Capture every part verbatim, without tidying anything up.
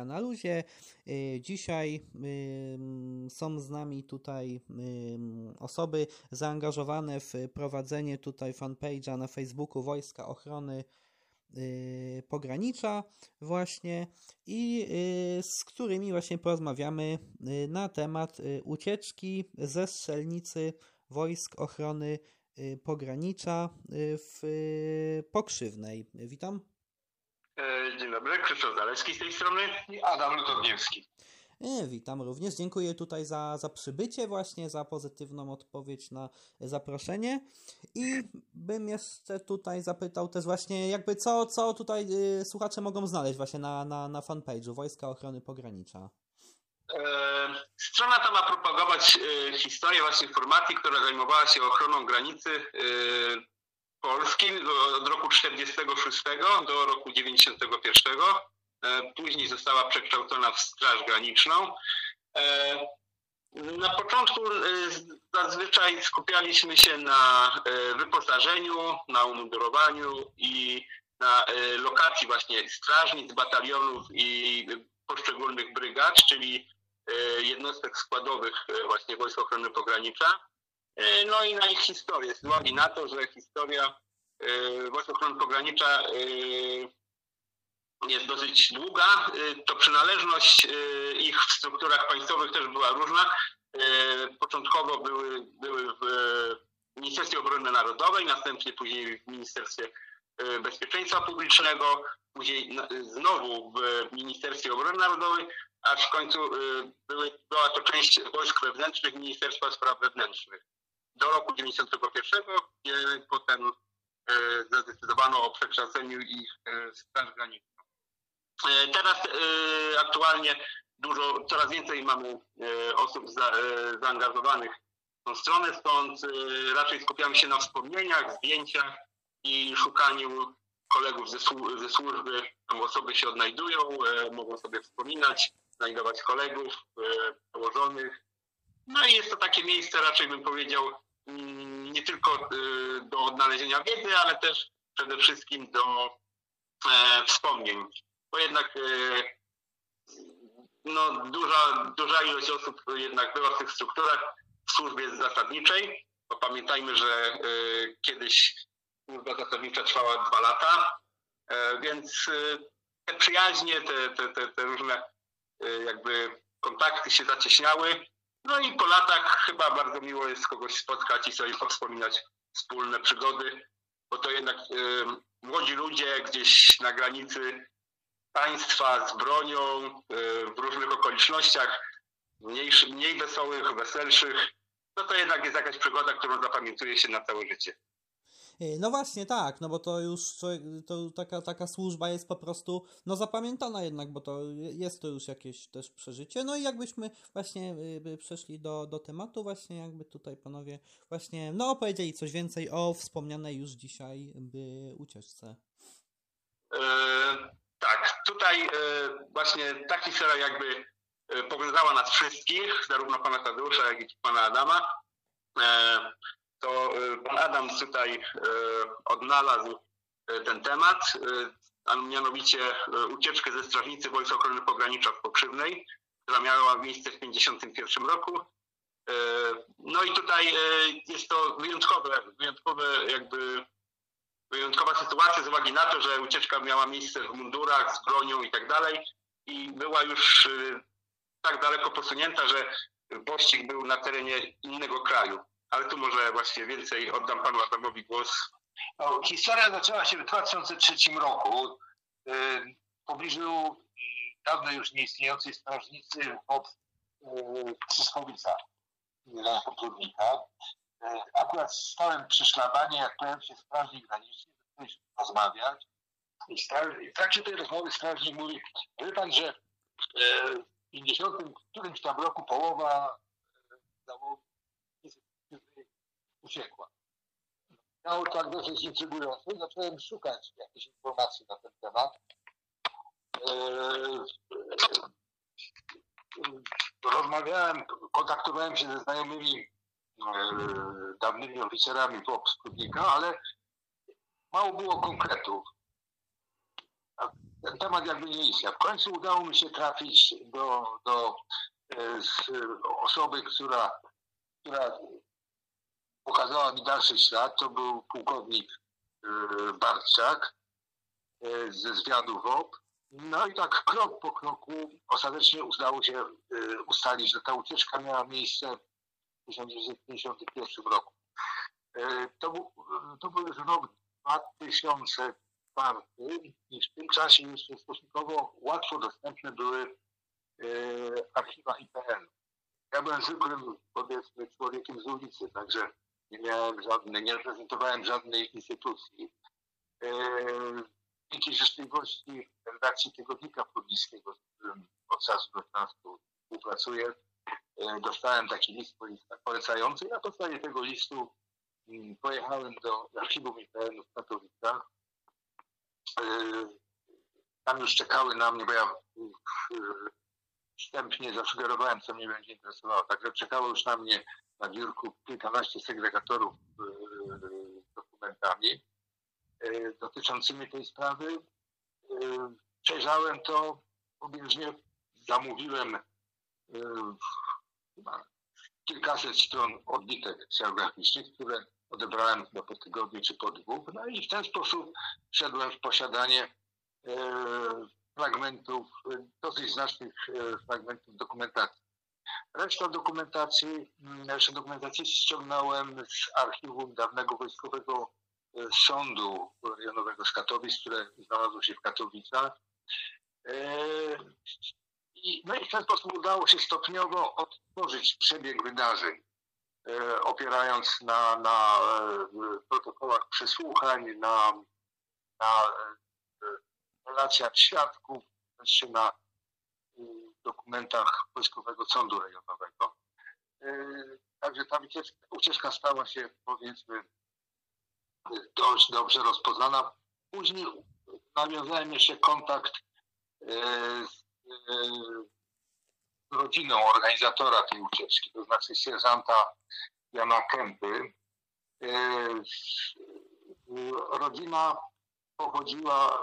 Wojska na luzie. Dzisiaj są z nami tutaj osoby zaangażowane w prowadzenie tutaj fanpage'a na Facebooku Wojska Ochrony Pogranicza właśnie i z którymi właśnie porozmawiamy na temat ucieczki ze strzelnicy Wojsk Ochrony Pogranicza w Pokrzywnej. Witam. Dzień dobry, Krzysztof Zalewski z tej strony i Adam Lutowniewski. Witam również. Dziękuję tutaj za, za przybycie właśnie, za pozytywną odpowiedź na zaproszenie i bym jeszcze tutaj zapytał też właśnie jakby co, co tutaj y, słuchacze mogą znaleźć właśnie na, na, na fanpage'u Wojska Ochrony Pogranicza. E, strona ta ma propagować e, historię właśnie formacji, która zajmowała się ochroną granicy e, Polski od roku czterdziestego szóstego do roku dziewięćdziesiątego pierwszego. Później została przekształcona w Straż Graniczną. Na początku zazwyczaj skupialiśmy się na wyposażeniu, na umundurowaniu i na lokacji właśnie strażnic, batalionów i poszczególnych brygad, czyli jednostek składowych właśnie Wojsk Ochrony Pogranicza. No i na ich historię, z uwagi na to, że historia Wojsk Ochrony Pogranicza jest dosyć długa, to przynależność ich w strukturach państwowych też była różna. Początkowo były, były w Ministerstwie Obrony Narodowej, następnie później w Ministerstwie Bezpieczeństwa Publicznego, później znowu w Ministerstwie Obrony Narodowej, aż w końcu były, była to część wojsk wewnętrznych Ministerstwa Spraw Wewnętrznych. Do roku dziewięćdziesiątego pierwszego, gdzie potem zadecydowano o przekształceniu ich w Straż Graniczną. Teraz aktualnie dużo, coraz więcej mamy osób za, zaangażowanych w tą stronę, stąd raczej skupiamy się na wspomnieniach, zdjęciach i szukaniu kolegów ze, ze służby. Tam osoby się odnajdują, mogą sobie wspominać, znajdować kolegów, przełożonych. No i jest to takie miejsce, raczej bym powiedział, nie tylko do odnalezienia wiedzy, ale też przede wszystkim do wspomnień. Bo jednak no, duża, duża ilość osób jednak była w tych strukturach w służbie zasadniczej. Bo pamiętajmy, że kiedyś służba zasadnicza trwała dwa lata, więc te przyjaźnie, te, te, te, te różne jakby kontakty się zacieśniały. No i po latach chyba bardzo miło jest kogoś spotkać i sobie wspominać wspólne przygody, bo to jednak y, młodzi ludzie gdzieś na granicy państwa z bronią, y, w różnych okolicznościach, mniej, mniej wesołych, weselszych, no to jednak jest jakaś przygoda, którą zapamiętuje się na całe życie. No właśnie tak, no bo to już to taka, taka służba jest po prostu no zapamiętana jednak, bo to jest to już jakieś też przeżycie. No i jakbyśmy właśnie przeszli do, do tematu właśnie, jakby tutaj panowie właśnie no opowiedzieli coś więcej o wspomnianej już dzisiaj by ucieczce. E, tak, tutaj e, właśnie ta historia jakby e, powiązała nas wszystkich, zarówno pana Tadeusza, jak i pana Adama. E, to pan Adam tutaj odnalazł ten temat, a mianowicie ucieczkę ze strażnicy Wojsk Ochrony Pogranicza w Pokrzywnej, która miała miejsce w pięćdziesiątym pierwszym roku. No i tutaj jest to wyjątkowe, wyjątkowe jakby wyjątkowa sytuacja z uwagi na to, że ucieczka miała miejsce w mundurach, z bronią i tak dalej i była już tak daleko posunięta, że pościg był na terenie innego kraju. Ale tu może właśnie więcej oddam panu Adamowi głos. No, historia zaczęła się w dwa tysiące trzecim roku w pobliżu dawno już nieistniejącej strażnicy od Krzyszkowica, Trudnika. Akurat stałem przy szlabanie, jak pojawił się strażnik graniczny, zaczęliśmy rozmawiać. I w trakcie tej rozmowy strażnik mówi, wie pan, że w pięćdziesiątym którymś tam roku połowa załogi uciekła. Miało tak dosyć intrygujące. Zacząłem szukać jakichś informacji na ten temat. Rozmawiałem, kontaktowałem się ze znajomymi dawnymi oficerami W O P Sputnika, ale mało było konkretów. ten temat jakby nie istniał. W końcu udało mi się trafić do, do z osoby, która, która pokazała mi dalszy ślad. To był pułkownik Bartczak ze zwiadu W O P. No i tak krok po kroku ostatecznie udało się ustalić, że ta ucieczka miała miejsce w tysiąc dziewięćset pięćdziesiątym pierwszym roku. To był, to był już rok dwa tysiące czwarty i w tym czasie jeszcze stosunkowo łatwo dostępne były archiwa I P N. Ja byłem zwykłym, powiedzmy, człowiekiem z ulicy, także nie miałem żadnej, nie reprezentowałem żadnej instytucji. Dzięki życzliwości redakcji Tygodnika Prudnickiego, z którym od czasu do czasu współpracuję, dostałem taki list polecający. Na podstawie tego listu pojechałem do archiwum I P N w Katowicach. Tam już czekały na mnie, bo ja wstępnie zasugerowałem, co mnie będzie interesowało. Także czekało już na mnie na biurku kilkanaście segregatorów z dokumentami dotyczącymi tej sprawy. Przejrzałem to pobieżnie, zamówiłem kilkaset stron odbitek ksenograficznych, które odebrałem chyba po tygodniu czy po dwóch. No i w ten sposób wszedłem w posiadanie fragmentów, dosyć znacznych fragmentów dokumentacji. Resztę dokumentacji, resztę dokumentacji ściągnąłem z archiwum dawnego Wojskowego Sądu Rejonowego z Katowic, które znalazło się w Katowicach. I, no i w ten sposób udało się stopniowo odtworzyć przebieg wydarzeń, opierając na, na protokołach przesłuchań, na, na relacjach świadków, wreszcie na dokumentach Wojskowego Sądu Rejonowego. Także ta ucieczka, ucieczka stała się, powiedzmy, dość dobrze rozpoznana. Później nawiązałem jeszcze kontakt z rodziną organizatora tej ucieczki, to znaczy sierżanta Jana Kępy. Rodzina pochodziła,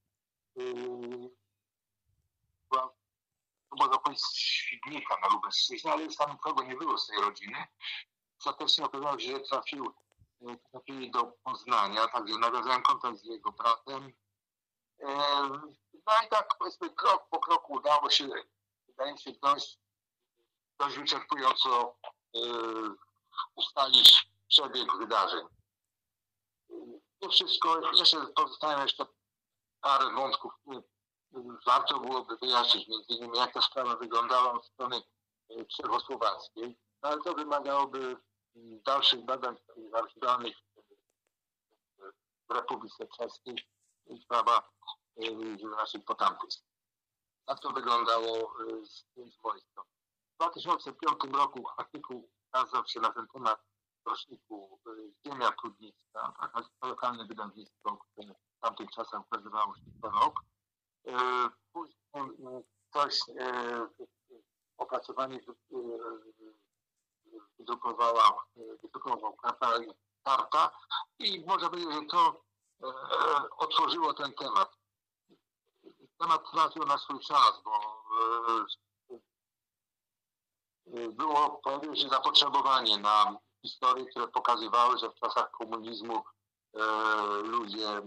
była, można powiedzieć, z Świdnika na Lubelszczyźnie, ale już tam nikogo nie było z tej rodziny. Ostatecznie okazało się, że trafił, trafili do Poznania, także nawiązałem kontakt z jego bratem. No i tak, powiedzmy, krok po kroku udało się, wydaje mi się, dość, dość wyczerpująco ustalić przebieg wydarzeń. Nie wszystko, jeszcze pozostają jeszcze parę wątków, które warto byłoby wyjaśnić, między innymi jak ta sprawa wyglądała od strony czechosłowackiej, no ale to wymagałoby dalszych badań archiwalnych w Republice Czeskiej i sprawa znaczy po tamtej. Tak to wyglądało z tym wojskiem. W dwa tysiące piątym roku artykuł ukazał się na ten temat w roczniku Ziemia Prudnicka, takie lokalne wydawnictwo, które w tamtych czasach ukazywało się co rok. Później ktoś opracowanie wydrukowała, wydrukował karta i można powiedzieć, że to otworzyło ten temat. Temat trafił na swój czas, bo było, pojawiło się zapotrzebowanie na historie, które pokazywały, że w czasach komunizmu ludzie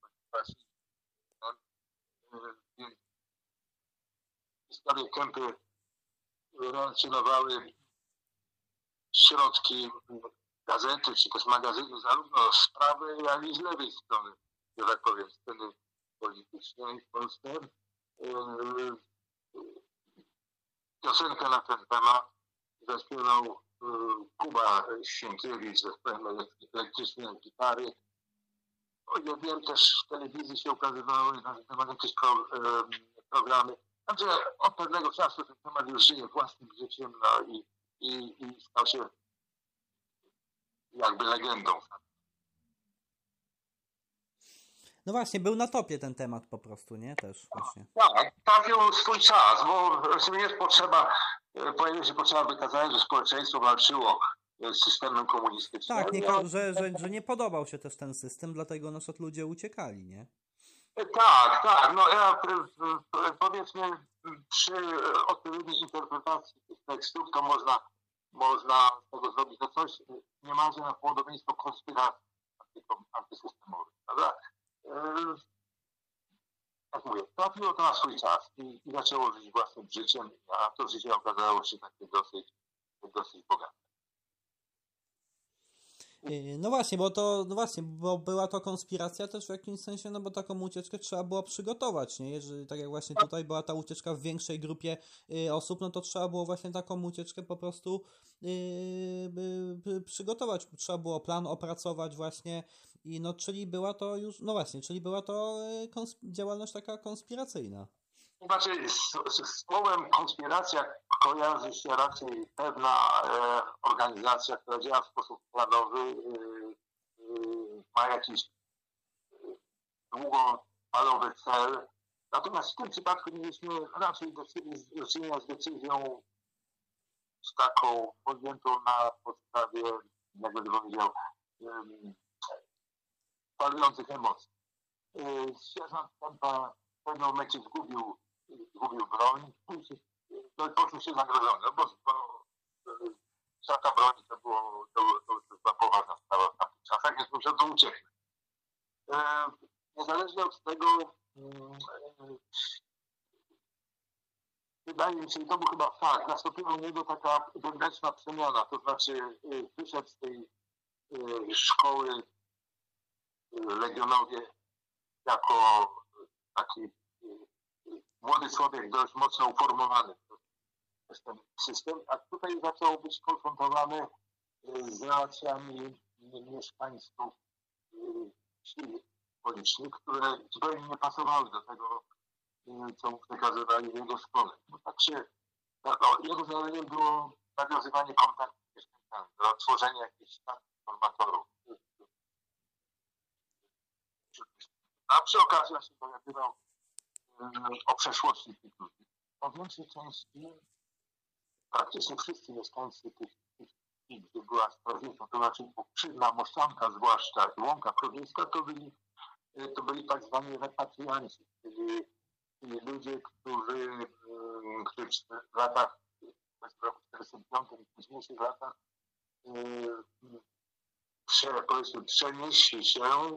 historie Kępy relacjonowały środki gazety, czy też magazynu, zarówno z prawej, jak i z lewej strony, że tak powiem, sceny politycznej w Polsce. Piosenkę na ten temat zaśpiewał Kuba Sienkiewicz ze zespołem elektrycznej gitary. O ile wiem, też w telewizji się ukazywały na ten temat jakieś pro, programy. Także od pewnego czasu ten temat już żyje własnym życiem, no i, i, i stał się jakby legendą. No właśnie, był na topie ten temat po prostu, nie? Też właśnie. Tak, trafił swój czas, bo jest potrzeba, pojawiła się potrzeba wykazania, że społeczeństwo walczyło z systemem komunistycznym. Tak, nie, że, że, że nie podobał się też ten system, dlatego na przykład ludzie uciekali, nie? Tak, tak. No ja powiedzmy przy odpowiedniej interpretacji tych tekstów to można, można z tego zrobić no coś niemalże na podobieństwo konspiracji antysystemowej, prawda? Jak mówię, trafiło to na swój czas i, i zaczęło żyć własnym życiem, a to życie okazało się takie dosyć, dosyć bogate. No właśnie, bo to, no właśnie, bo była to konspiracja też w jakimś sensie, no bo taką ucieczkę trzeba było przygotować, nie? Jeżeli, tak jak właśnie tutaj była ta ucieczka w większej grupie y, osób, no to trzeba było właśnie taką ucieczkę po prostu y, y, y, przygotować, trzeba było plan opracować właśnie i no, czyli była to już, no właśnie, czyli była to y, kons- działalność taka konspiracyjna. Znaczy, z, z słowem konspiracja kojarzy się raczej pewna e, organizacja, która działa w sposób planowy, e, e, ma jakiś długofalowy cel. Natomiast w tym przypadku mieliśmy raczej do czynienia z decyzją z taką podjętą na podstawie, jakby to powiedział, um, palujących emocji. E, sierżant Kępa w pewnym momencie zgubił zgubił broń, no i poczuł się zagrożony, no bo, bo strata broni to było, to, to, to była poważna sprawa w tamtych czasach, więc musiał to ucieknąć. E, niezależnie od tego e, wydaje mi się, i to był chyba fakt, nastąpiła u niego taka wewnętrzna przemiana, to znaczy e, wyszedł z tej e, szkoły e, legionowie jako taki młody człowiek dość mocno uformowany przez ten system, a tutaj zaczął być konfrontowany z relacjami mieszkańców sił politycznych, które zupełnie nie pasowały do tego, co mu przekazywali w jego szkole. Bo tak się, no, jego zadaniem było nawiązywanie kontaktów z mieszkańcami, tworzenie jakichś informatorów. A przy okazji się dowiadywał o przeszłości tych ludzi. Po większej części praktycznie wszyscy mieszkańcy tych wsi, gdzie była strażnicą, to znaczy Krzyżna, Moszczanka zwłaszcza i Łąka Krowińska, to byli, to byli tak zwani repatrianci, czyli, czyli ludzie, którzy, którzy w latach w roku czterdziestym piątym i późniejszych latach prze, powiedzmy, przenieśli się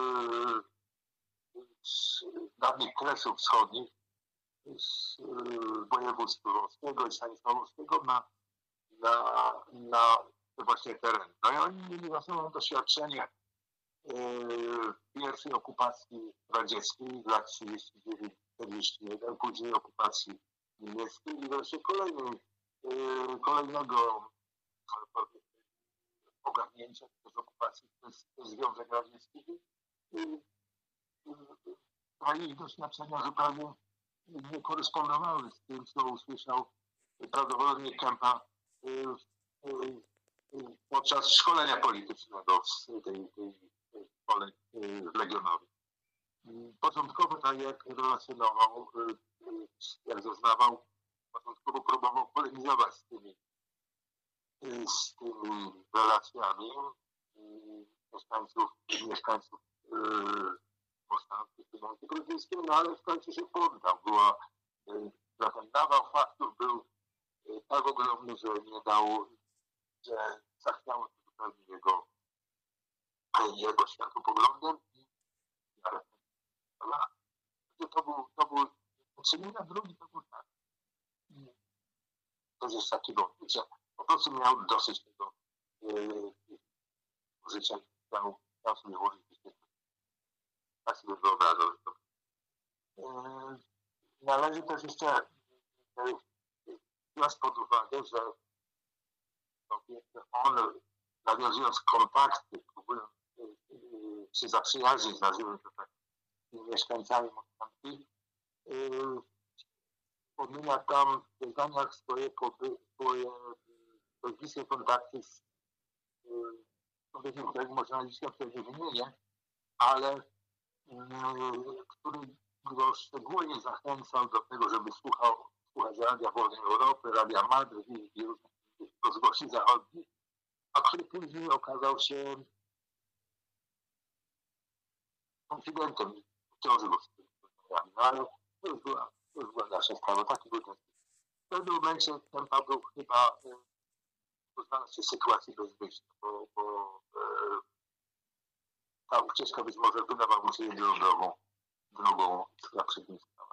z dawnych Kresów Wschodnich, z województw lwowskiego i stanisławowskiego na, na, na te właśnie tereny. No i oni mieli za sobą doświadczenie yy, pierwszej okupacji radzieckiej z lat trzydzieści dziewięć czterdzieści jeden, później okupacji niemieckiej i wreszcie kolejnej, yy, kolejnego ogarnięcia przez okupacji przez Związek Radziecki. Yy, A ich doświadczenia zupełnie nie korespondowały z tym, co usłyszał prawdopodobnie Kępa podczas szkolenia politycznego w tej, tej szkole legionowej. Początkowo, tak jak relacjonował, jak zeznawał, początkowo próbował polemizować z tymi, z tymi relacjami mieszkańców, mieszkańców no ale w końcu się poddał. Była, zatem nawał faktów był tak ogromny, że nie dał, że zachwiało się zupełnie jego, jego światopoglądem. To był, to był, uczynienia drugi to był tak. To jest takiego życia. Po prostu miał dosyć tego życia i chciał, chciał sobie włożyć tak sobie wyobrażał. Należy też jeszcze wziąć pod uwagę, że on, nawiązując kontakty, próbując się zaprzyjaźnić, nazwijmy to tak, z mieszkańcami Moszczanki, wspomina tam w zeznaniach swoje, swoje bliskie kontakty z człowiekiem, którego można nazwiska wtedy wymienię, ale który go szczególnie zachęcał do tego, żeby słuchał, słuchać Radia Wolnej Europy, Radia Madryt i różnych rozgłosi zachodnich, a który później okazał się konfidentem. ciąży go z tymi rozmowami. No ale to już była, to już była nasza sprawa. Taki był ten. W pewnym momencie ten Paweł chyba znalazł się w sytuacji bez wyjścia, bo, bo e, ta ucieczka być może wydawała mu się jedyną drogą, drogą dla przeciwnika.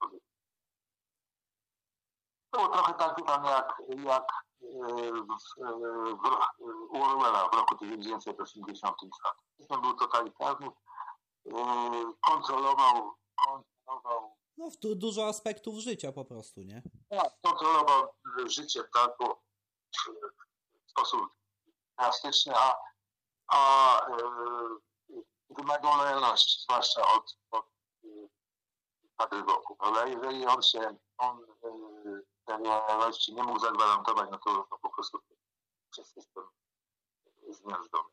Było trochę tak tam jak, jak w, w, u Orwella w roku tysiąc dziewięćset osiemdziesiątym czwartym. System był totalitarny, kontrolował, kontrolował No, w dużo aspektów życia po prostu, nie? Tak, kontrolował życie tak, bo w sposób drastyczny, a, a yy, wymagał lojalności, zwłaszcza od, od kadry wokół. Ale jeżeli on się, on yy, tej lojalności nie mógł zagwarantować, no to, to po prostu przez system zmiażdżony.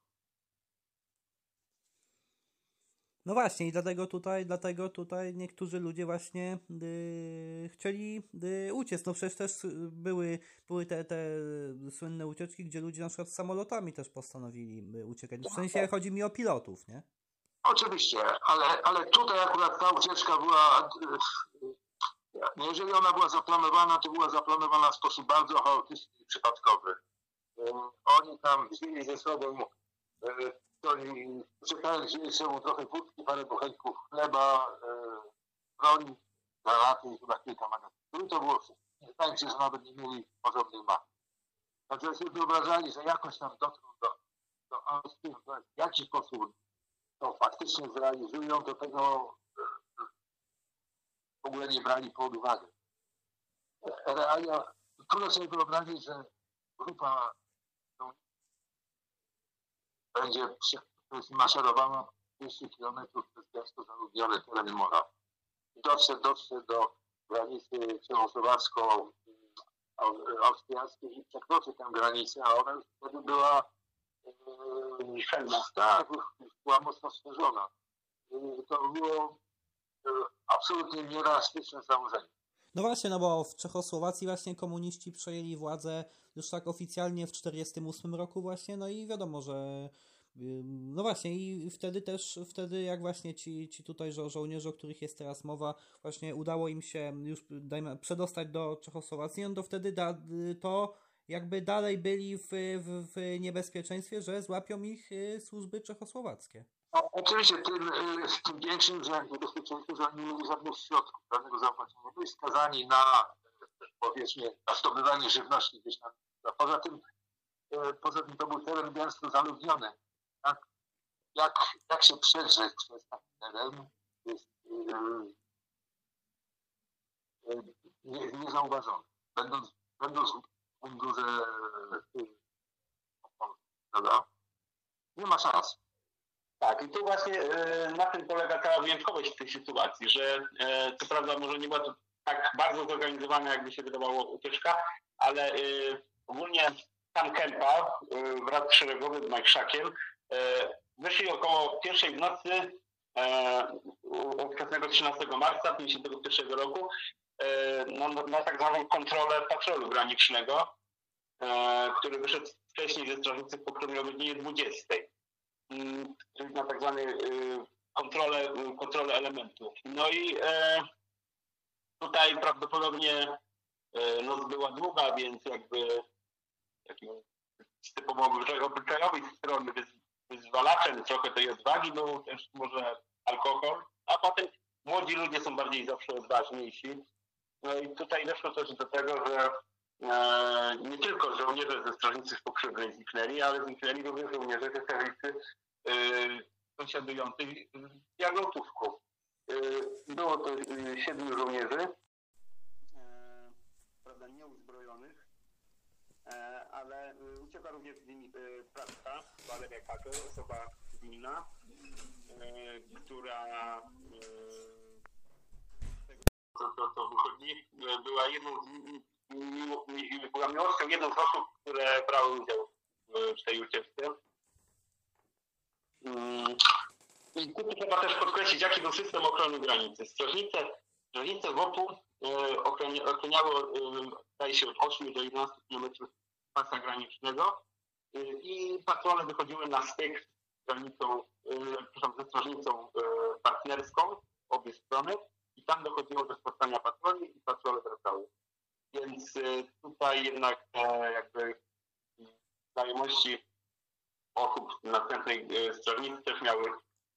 No właśnie i dlatego tutaj, dlatego tutaj niektórzy ludzie właśnie yy, chcieli yy, uciec. No przecież też były, były te, te słynne ucieczki, gdzie ludzie na przykład samolotami też postanowili uciekać. W sensie chodzi mi o pilotów, nie? Oczywiście, ale, ale tutaj akurat ta ucieczka była, jeżeli ona była zaplanowana, to była zaplanowana w sposób bardzo chaotyczny i przypadkowy. Oni tam wzięli ze sobą Oni czekali, wzięli ze sobą trochę wódki, parę bochenków chleba, e, broń, granaty i chyba kilka magazynów. I to było wszystko. Wydaje mi się, że nawet nie mieli porządnej mapy. Znaczy sobie wyobrażali, że jakoś tam dotrą do, do Austrii, w jaki sposób to faktycznie zrealizują, do tego e, w ogóle nie brali pod uwagę. Realia, trudno sobie wyobrazić, że grupa będzie maszerowała dwieście kilometrów przez gęsto zaludnione tereny morza. Dotrze, dotrze do granicy czechosłowacko-austriackiej i przekroczy tę granicę, a ona już wtedy była e, tak, była mocno strzeżona. To było e, absolutnie nierealistyczne założenie. No właśnie, no bo w Czechosłowacji właśnie komuniści przejęli władzę już tak oficjalnie w czterdziestym ósmym roku właśnie, no i wiadomo, że no właśnie i wtedy też, wtedy jak właśnie ci, ci tutaj żo- żołnierze, o których jest teraz mowa, właśnie udało im się już dajmy, przedostać do Czechosłowacji, no to wtedy da, to jakby dalej byli w, w, w niebezpieczeństwie, że złapią ich służby czechosłowackie. No, oczywiście tym, tym większym, że niebezpieczeństwo, że oni nie mieli żadnych środków, żadnego zaopatrzenia. Byli skazani na, powiedzmy, na zdobywanie żywności gdzieś tam. A poza tym, poza tym to był teren gęsto zaludniony. Tak? Jak, jak się przedrzeć przez taki teren jest nie, niezauważony. Będąc, będąc w mundurze, nie ma szans. Tak, i tu właśnie e, na tym polega cała wyjątkowość tej sytuacji, że e, co prawda może nie była to tak bardzo zorganizowana, jakby się wydawało ucieczka, ale e, ogólnie tam Kępa e, wraz z szeregowym Majchrzakiem e, wyszli około pierwszej w nocy e, ówczesnego trzynastego marca tysiąc dziewięćset pięćdziesiątego pierwszego roku e, na, na tak zwaną kontrolę patrolu granicznego, e, który wyszedł wcześniej ze strażnicy pokoju o godzinie dwudziestej. Czyli na tak zwane kontrolę, kontrolę elementów. No i e, tutaj prawdopodobnie e, noc była długa, więc jakby takim z typowo obyczajowej strony wyzwalaczem trochę tej odwagi był też może alkohol, a potem młodzi ludzie są bardziej zawsze odważniejsi. No i tutaj doszło też do tego, że e, nie tylko żołnierze ze strażnicy w Pokrzywnej zniknęli, ale zniknęli również żołnierze ze strażnicy e, sąsiadujących z Jarnotówką. E, było to e, siedmiu żołnierzy, e, prawda, nieuzbrojonych, e, ale e, uciekła również z nimi e, Praska, Waleria Kaczor, osoba cywilna, e, która e, to, to, to wychodzi, była jedną z, była miłością jedną z osób, które brały udział w tej ucieczce. I tu trzeba też podkreślić, jaki był system ochrony granicy. Strażnice, strażnice wokół ochroniało, zdaje się, od ośmiu do jedenastu kilometrów pasa granicznego i patrole wychodziły na styk z granicą, przepraszam, ze strażnicą partnerską, obie strony i tam dochodziło do spotkania patroli i patrole wracały. Więc tutaj jednak jakby znajomości osób w następnej strażnicy też miały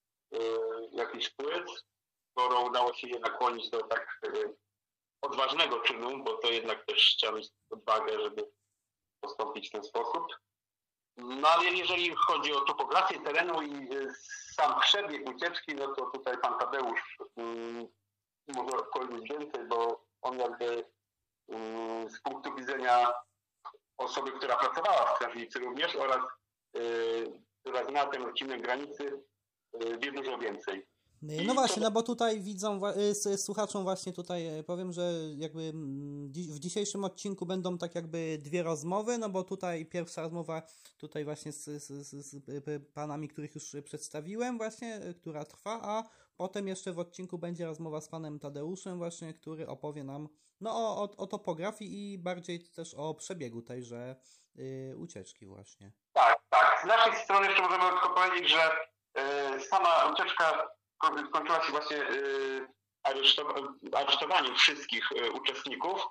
jakiś wpływ, skoro udało się je nakłonić do tak odważnego czynu, bo to jednak też trzeba mieć odwagę, żeby postąpić w ten sposób. No ale jeżeli chodzi o topografię terenu i sam przebieg ucieczki, no to tutaj pan Tadeusz um, może powiedzieć więcej, bo on jakby um, z punktu widzenia osoby, która pracowała w strażnicy również oraz y, która zna ten odcinek granicy, y, wie dużo więcej. No właśnie, no bo tutaj widzą, słuchaczom właśnie tutaj powiem, że jakby w dzisiejszym odcinku będą tak jakby dwie rozmowy, no bo tutaj pierwsza rozmowa tutaj właśnie z, z, z panami, których już przedstawiłem właśnie, która trwa, a potem jeszcze w odcinku będzie rozmowa z panem Tadeuszem właśnie, który opowie nam no o, o, o topografii i bardziej też o przebiegu tejże y, ucieczki właśnie. Tak, tak. Z naszej strony jeszcze możemy tylko powiedzieć, że y, sama ucieczka skończyła się właśnie aresztowaniem wszystkich uczestników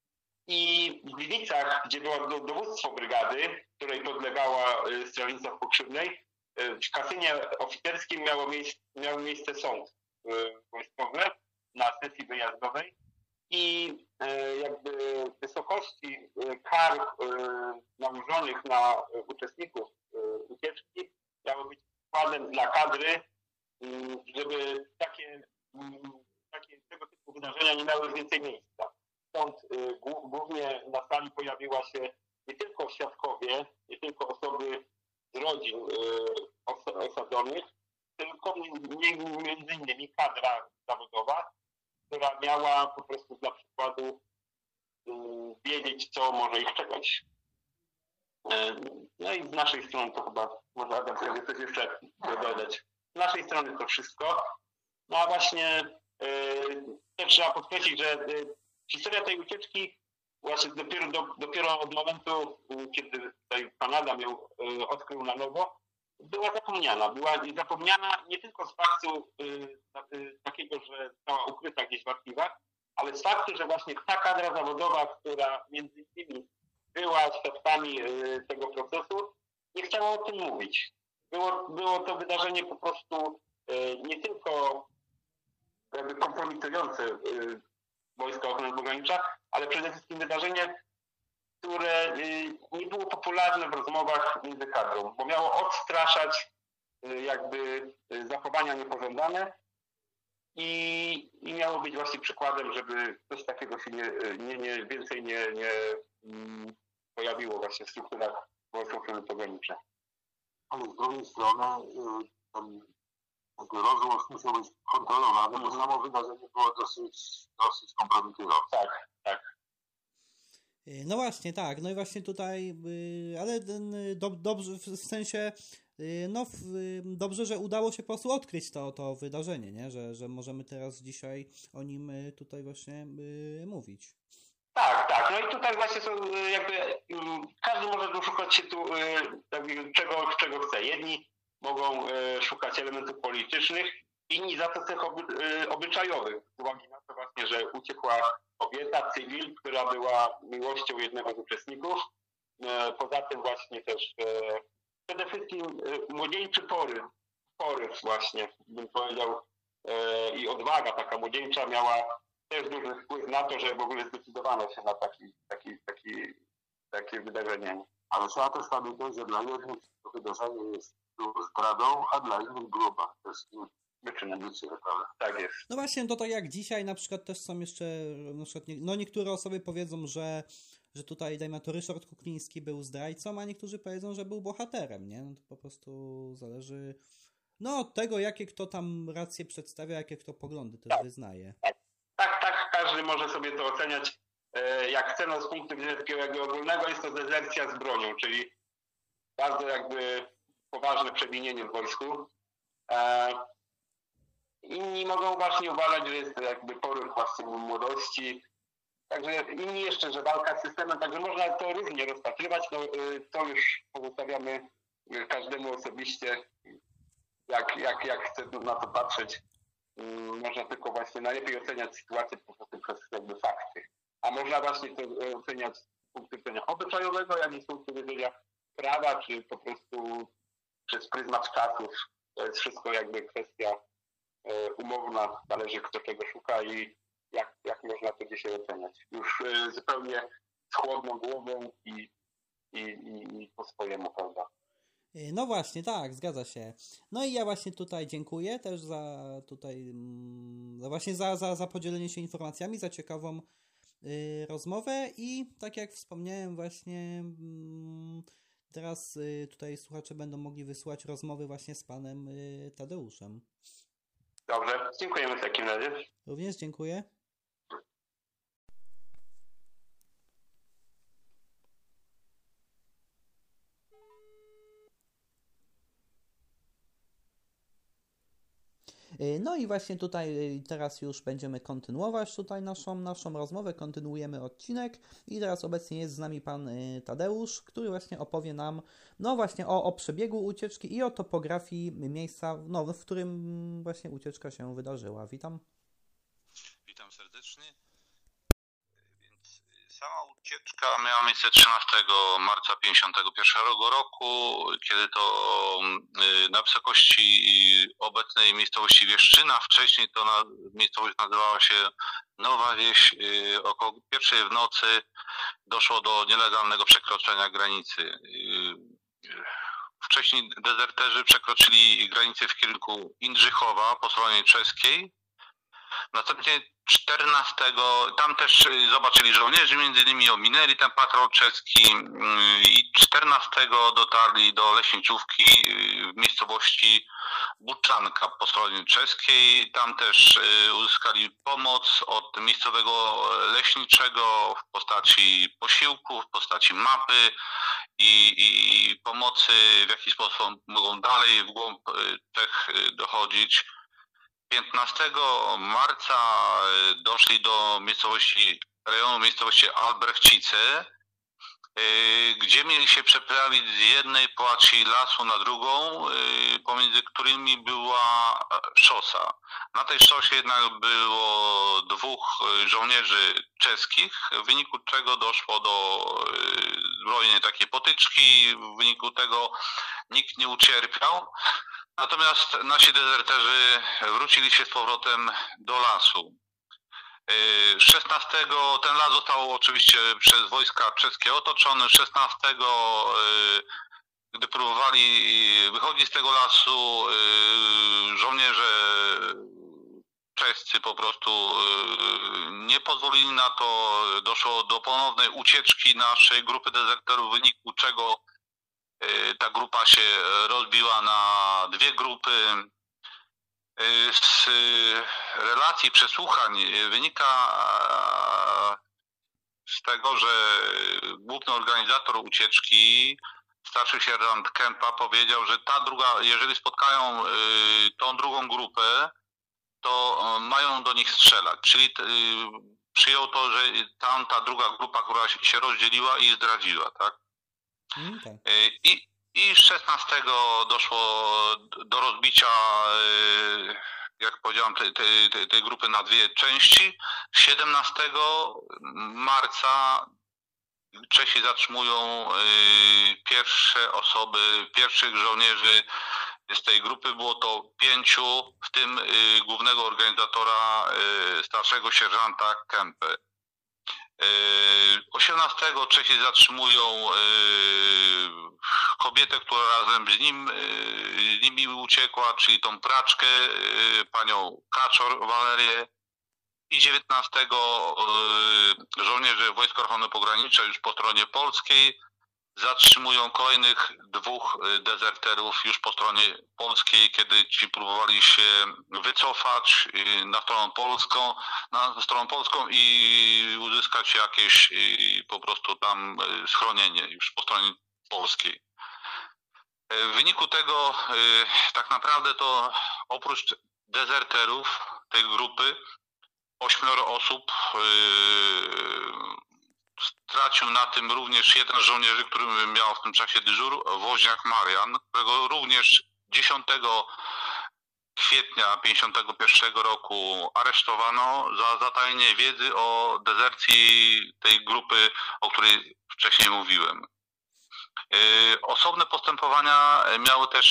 i w Gliwicach, gdzie było dowództwo brygady, której podlegała strażnica w Pokrzywnej, w kasynie oficerskim miało miejsce, miał miejsce sąd wojskowy na sesji wyjazdowej i jakby wysokości kar nałożonych na uczestników ucieczki miały być przykładem dla kadry, żeby takie, takie tego typu wydarzenia nie miały więcej miejsca. Stąd y, głównie na sali pojawiła się nie tylko świadkowie, nie tylko osoby z rodzin y, os osadzonych, tylko między innymi kadra zawodowa, która miała po prostu dla przykładu y, wiedzieć, co może ich czekać. Y, no i z naszej strony to chyba może Adam sobie coś jeszcze dodać. Z naszej strony to wszystko. No a właśnie yy, też trzeba podkreślić, że yy, historia tej ucieczki właśnie dopiero, do, dopiero od momentu, yy, kiedy tutaj pan Adam ją yy, odkrył na nowo, była zapomniana. Była zapomniana nie tylko z faktu yy, yy, takiego, że została ukryta gdzieś w archiwach, ale z faktu, że właśnie ta kadra zawodowa, która między innymi była świadkami yy, tego procesu, nie chciała o tym mówić. Było, było to wydarzenie po prostu e, nie tylko jakby kompromitujące e, Wojska Ochrony Pogranicza, ale przede wszystkim wydarzenie, które e, nie było popularne w rozmowach między kadrą, bo miało odstraszać e, jakby e, zachowania niepożądane i, i miało być właśnie przykładem, żeby coś takiego się nie, nie, nie, więcej nie, nie mm, pojawiło właśnie w strukturach Wojsk Ochrony Pogranicza. Ale z drugiej strony ten rozgłos musiał być kontrolowany, bo samo wydarzenie było dosyć, dosyć kompromitujące. Tak, tak. No właśnie, tak. No i właśnie tutaj, ale do, dobrze, w sensie, no dobrze, że udało się po prostu odkryć to, to wydarzenie, nie? Że, że możemy teraz dzisiaj o nim tutaj właśnie mówić. Tak, tak. No i tutaj właśnie są jakby, każdy może doszukać się tu czego, czego chce. Jedni mogą szukać elementów politycznych, inni za to cech oby, obyczajowych. Z uwagi na to właśnie, że uciekła kobieta, cywil, która była miłością jednego z uczestników. Poza tym właśnie też przede wszystkim młodzieńczy poryw, poryw właśnie, bym powiedział, i odwaga taka młodzieńcza miała też duży wpływ na to, że w ogóle zdecydowano się na taki, taki, taki, takie wydarzenie. Ale trzeba też pamiętać, że dla jednych to wydarzenie jest zdradą, a dla innych gruba. To jest wyczynem, prawda? Tak jest. No właśnie, to tak jak dzisiaj na przykład też są jeszcze, na przykład nie, no niektóre osoby powiedzą, że, że tutaj, dajmy to, Ryszard Kukliński był zdrajcą, a niektórzy powiedzą, że był bohaterem, nie? No to po prostu zależy, no od tego, jakie kto tam racje przedstawia, jakie kto poglądy też tak. wyznaje. Tak, tak, każdy może sobie to oceniać jak chce, no z punktu widzenia takiego jakby ogólnego jest to dezercja z bronią, czyli bardzo jakby poważne przewinienie w wojsku. Inni mogą właśnie uważać, że jest to jakby poryw właśnie młodości, także inni jeszcze, że walka z systemem, także można to różnie rozpatrywać, no to już pozostawiamy każdemu osobiście, jak, jak, jak chce na to patrzeć. można tylko właśnie najlepiej oceniać sytuację po prostu przez jakby fakty. A można właśnie to oceniać z punktu widzenia obyczajowego, jak i z punktu widzenia prawa, czy po prostu przez pryzmat czasów. To jest wszystko jakby kwestia umowna, zależy kto czego szuka i jak, jak można to dzisiaj oceniać. Już zupełnie z chłodną głową i, i, i, i po swojemu, prawda? No właśnie, tak, zgadza się. No i ja właśnie tutaj dziękuję też za tutaj za właśnie za, za, za podzielenie się informacjami, za ciekawą y, rozmowę i tak jak wspomniałem właśnie y, teraz y, tutaj słuchacze będą mogli wysłuchać rozmowy właśnie z panem y, Tadeuszem. Dobrze, dziękujemy w takim razie. Również dziękuję. No i właśnie tutaj teraz już będziemy kontynuować tutaj naszą, naszą rozmowę, kontynuujemy odcinek i teraz obecnie jest z nami pan Tadeusz, który właśnie opowie nam no właśnie o, o przebiegu ucieczki i o topografii miejsca, no, w którym właśnie ucieczka się wydarzyła. Witam. Witam serdecznie. Więc sama ucieczka miała miejsce trzynastego marca pięćdziesiątego pierwszego roku, kiedy to na wysokości obecnej miejscowości Wieszczyna, wcześniej to na, miejscowość nazywała się Nowa Wieś, około pierwszej w nocy doszło do nielegalnego przekroczenia granicy. Wcześniej dezerterzy przekroczyli granicę w kierunku Indrzychowa po stronie czeskiej. Następnie czternastego tam też zobaczyli żołnierzy, między innymi ominęli ten patrol czeski i czternastego dotarli do leśniczówki w miejscowości Buczanka po stronie czeskiej. Tam też uzyskali pomoc od miejscowego leśniczego w postaci posiłków, w postaci mapy i, i pomocy, w jaki sposób mogą dalej w głąb Czech dochodzić. piętnastego marca doszli do miejscowości, rejonu miejscowości Albrechcice, gdzie mieli się przeprawić z jednej płaci lasu na drugą, pomiędzy którymi była szosa. Na tej szosie jednak było dwóch żołnierzy czeskich, w wyniku czego doszło do zbrojnej takiej potyczki, w wyniku tego nikt nie ucierpiał. Natomiast nasi dezerterzy wrócili się z powrotem do lasu. szesnastego ten las został oczywiście przez wojska czeskie otoczony. szesnastego gdy próbowali wychodzić z tego lasu, żołnierze czescy po prostu nie pozwolili na to. Doszło do ponownej ucieczki naszej grupy dezerterów, w wyniku czego ta grupa się rozbiła na dwie grupy. Z relacji przesłuchań wynika z tego, że główny organizator ucieczki, starszy sierżant Kępa, powiedział, że ta druga, jeżeli spotkają tą drugą grupę, to mają do nich strzelać. Czyli przyjął to, że tamta druga grupa, która się rozdzieliła i zdradziła, tak? Okay. I, i szesnastego doszło do rozbicia, jak powiedziałem, tej, tej, tej grupy na dwie części. siedemnastego marca Czesi zatrzymują pierwsze osoby, pierwszych żołnierzy z tej grupy. Było to pięciu, w tym głównego organizatora, starszego sierżanta Kępę. osiemnastego Czesi zatrzymują kobietę, która razem z nim z nimi uciekła, czyli tą praczkę, panią Kaczor Walerię. I dziewiętnastego żołnierze Wojsk Ochrony Pogranicza już po stronie polskiej zatrzymują kolejnych dwóch dezerterów już po stronie polskiej, kiedy ci próbowali się wycofać na stronę polską, na stronę polską i uzyskać jakieś po prostu tam schronienie już po stronie polskiej. W wyniku tego tak naprawdę to oprócz dezerterów tej grupy ośmioro osób stracił na tym również jeden z żołnierzy, który miał w tym czasie dyżur, woźniak Marian, którego również dziesiątego kwietnia pięćdziesiątego pierwszego roku aresztowano za zatajenie wiedzy o dezercji tej grupy, o której wcześniej mówiłem. Osobne postępowania miały też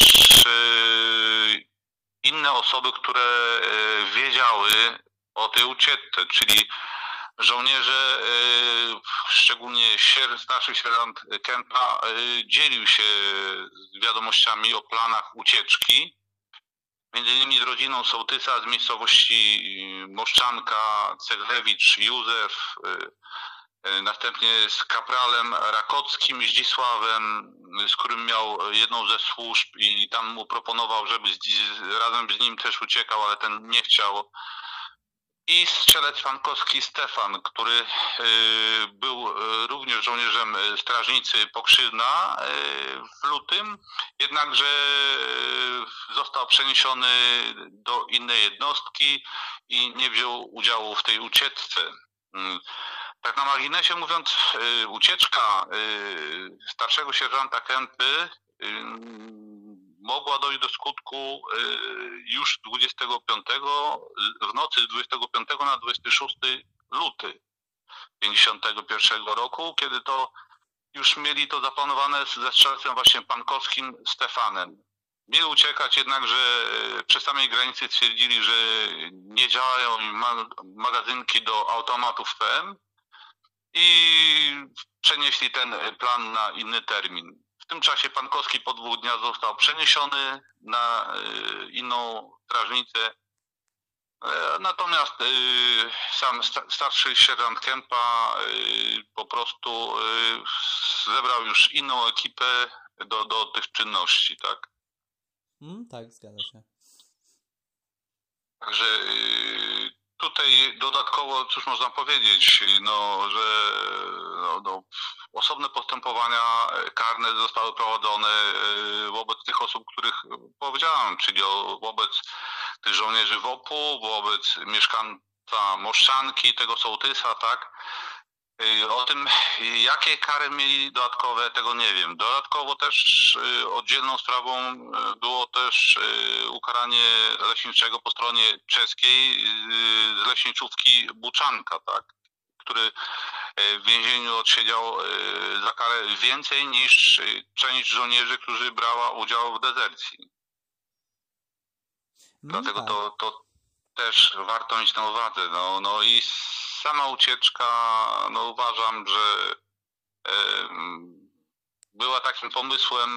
inne osoby, które wiedziały o tej ucieczce, czyli żołnierze, szczególnie starszy sierżant Kępa, dzielił się z wiadomościami o planach ucieczki, między innymi z rodziną sołtysa z miejscowości Moszczanka, Ceglewicz, Józef, następnie z kapralem Rakockim, Zdzisławem, z którym miał jedną ze służb i tam mu proponował, żeby z, razem z nim też uciekał, ale ten nie chciał. I strzelec Pankowski Stefan, który był również żołnierzem strażnicy Pokrzywna w lutym, jednakże został przeniesiony do innej jednostki i nie wziął udziału w tej ucieczce. Tak na marginesie mówiąc, ucieczka starszego sierżanta Kępy mogła dojść do skutku już dwudziestego piątego, w nocy z dwudziestego piątego na dwudziestego szóstego lutego pięćdziesiątego pierwszego roku, kiedy to już mieli to zaplanowane ze strzelcem właśnie Pankowskim Stefanem. Mieli uciekać, jednakże przy samej granicy stwierdzili, że nie działają magazynki do automatów P M i przenieśli ten plan na inny termin. W tym czasie Pankowski po dwóch dniach został przeniesiony na inną strażnicę. Natomiast sam starszy sierżant Kępa po prostu zebrał już inną ekipę do, do tych czynności, tak? Mm, tak, zgadza się. Także tutaj dodatkowo, cóż można powiedzieć, no, że no, no, osobne postępowania karne zostały prowadzone wobec tych osób, których powiedziałem, czyli wobec tych żołnierzy W O P-u, wobec mieszkańca Moszczanki, tego sołtysa, tak? O tym, jakie kary mieli dodatkowe, tego nie wiem. Dodatkowo też oddzielną sprawą było też ukaranie leśniczego po stronie czeskiej z leśniczówki Buczanka, tak? Który w więzieniu odsiedział za karę więcej niż część żołnierzy, którzy brała udział w dezercji. No Dlatego tak. to, to też warto mieć na uwadze. No, no i sama ucieczka, no uważam, że e, była takim pomysłem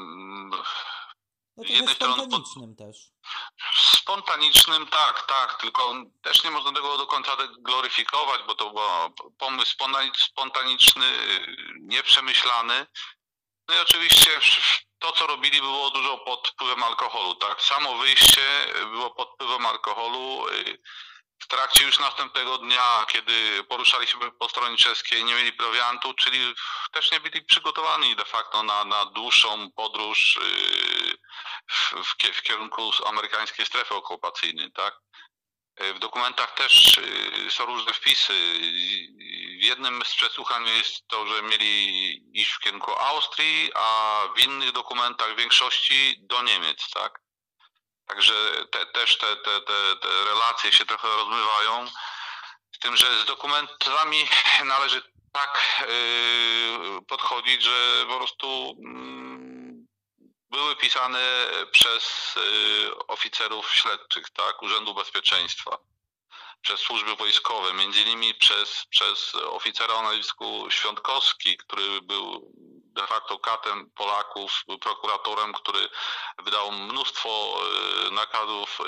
No z trochę jednej strony pod, spontanicznym też. spontanicznym, tak, tak, tylko też nie można tego do końca gloryfikować, bo to był pomysł spontaniczny, nieprzemyślany. No i oczywiście to, co robili, było dużo pod wpływem alkoholu, tak. Samo wyjście było pod wpływem alkoholu. W trakcie już następnego dnia, kiedy poruszali się po stronie czeskiej, nie mieli prowiantu, czyli też nie byli przygotowani de facto na, na dłuższą podróż w, w, w kierunku amerykańskiej strefy okupacyjnej, tak. W dokumentach też są różne wpisy. W jednym z przesłuchań jest to, że mieli iść w kierunku Austrii, a w innych dokumentach w większości do Niemiec, tak. Także te, też te, te, te, te relacje się trochę rozmywają, z tym, że z dokumentami należy tak yy, podchodzić, że po prostu yy, były pisane przez yy, oficerów śledczych, tak, Urzędu Bezpieczeństwa, przez służby wojskowe, między innymi przez, przez oficera o nazwisku Świątkowski, który był de facto katem Polaków, był prokuratorem, który wydał mnóstwo nakazów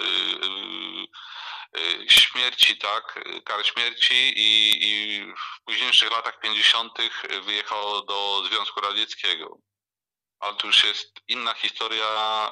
śmierci, tak, kary śmierci i, i w późniejszych latach pięćdziesiątych wyjechał do Związku Radzieckiego. Ale to już jest inna historia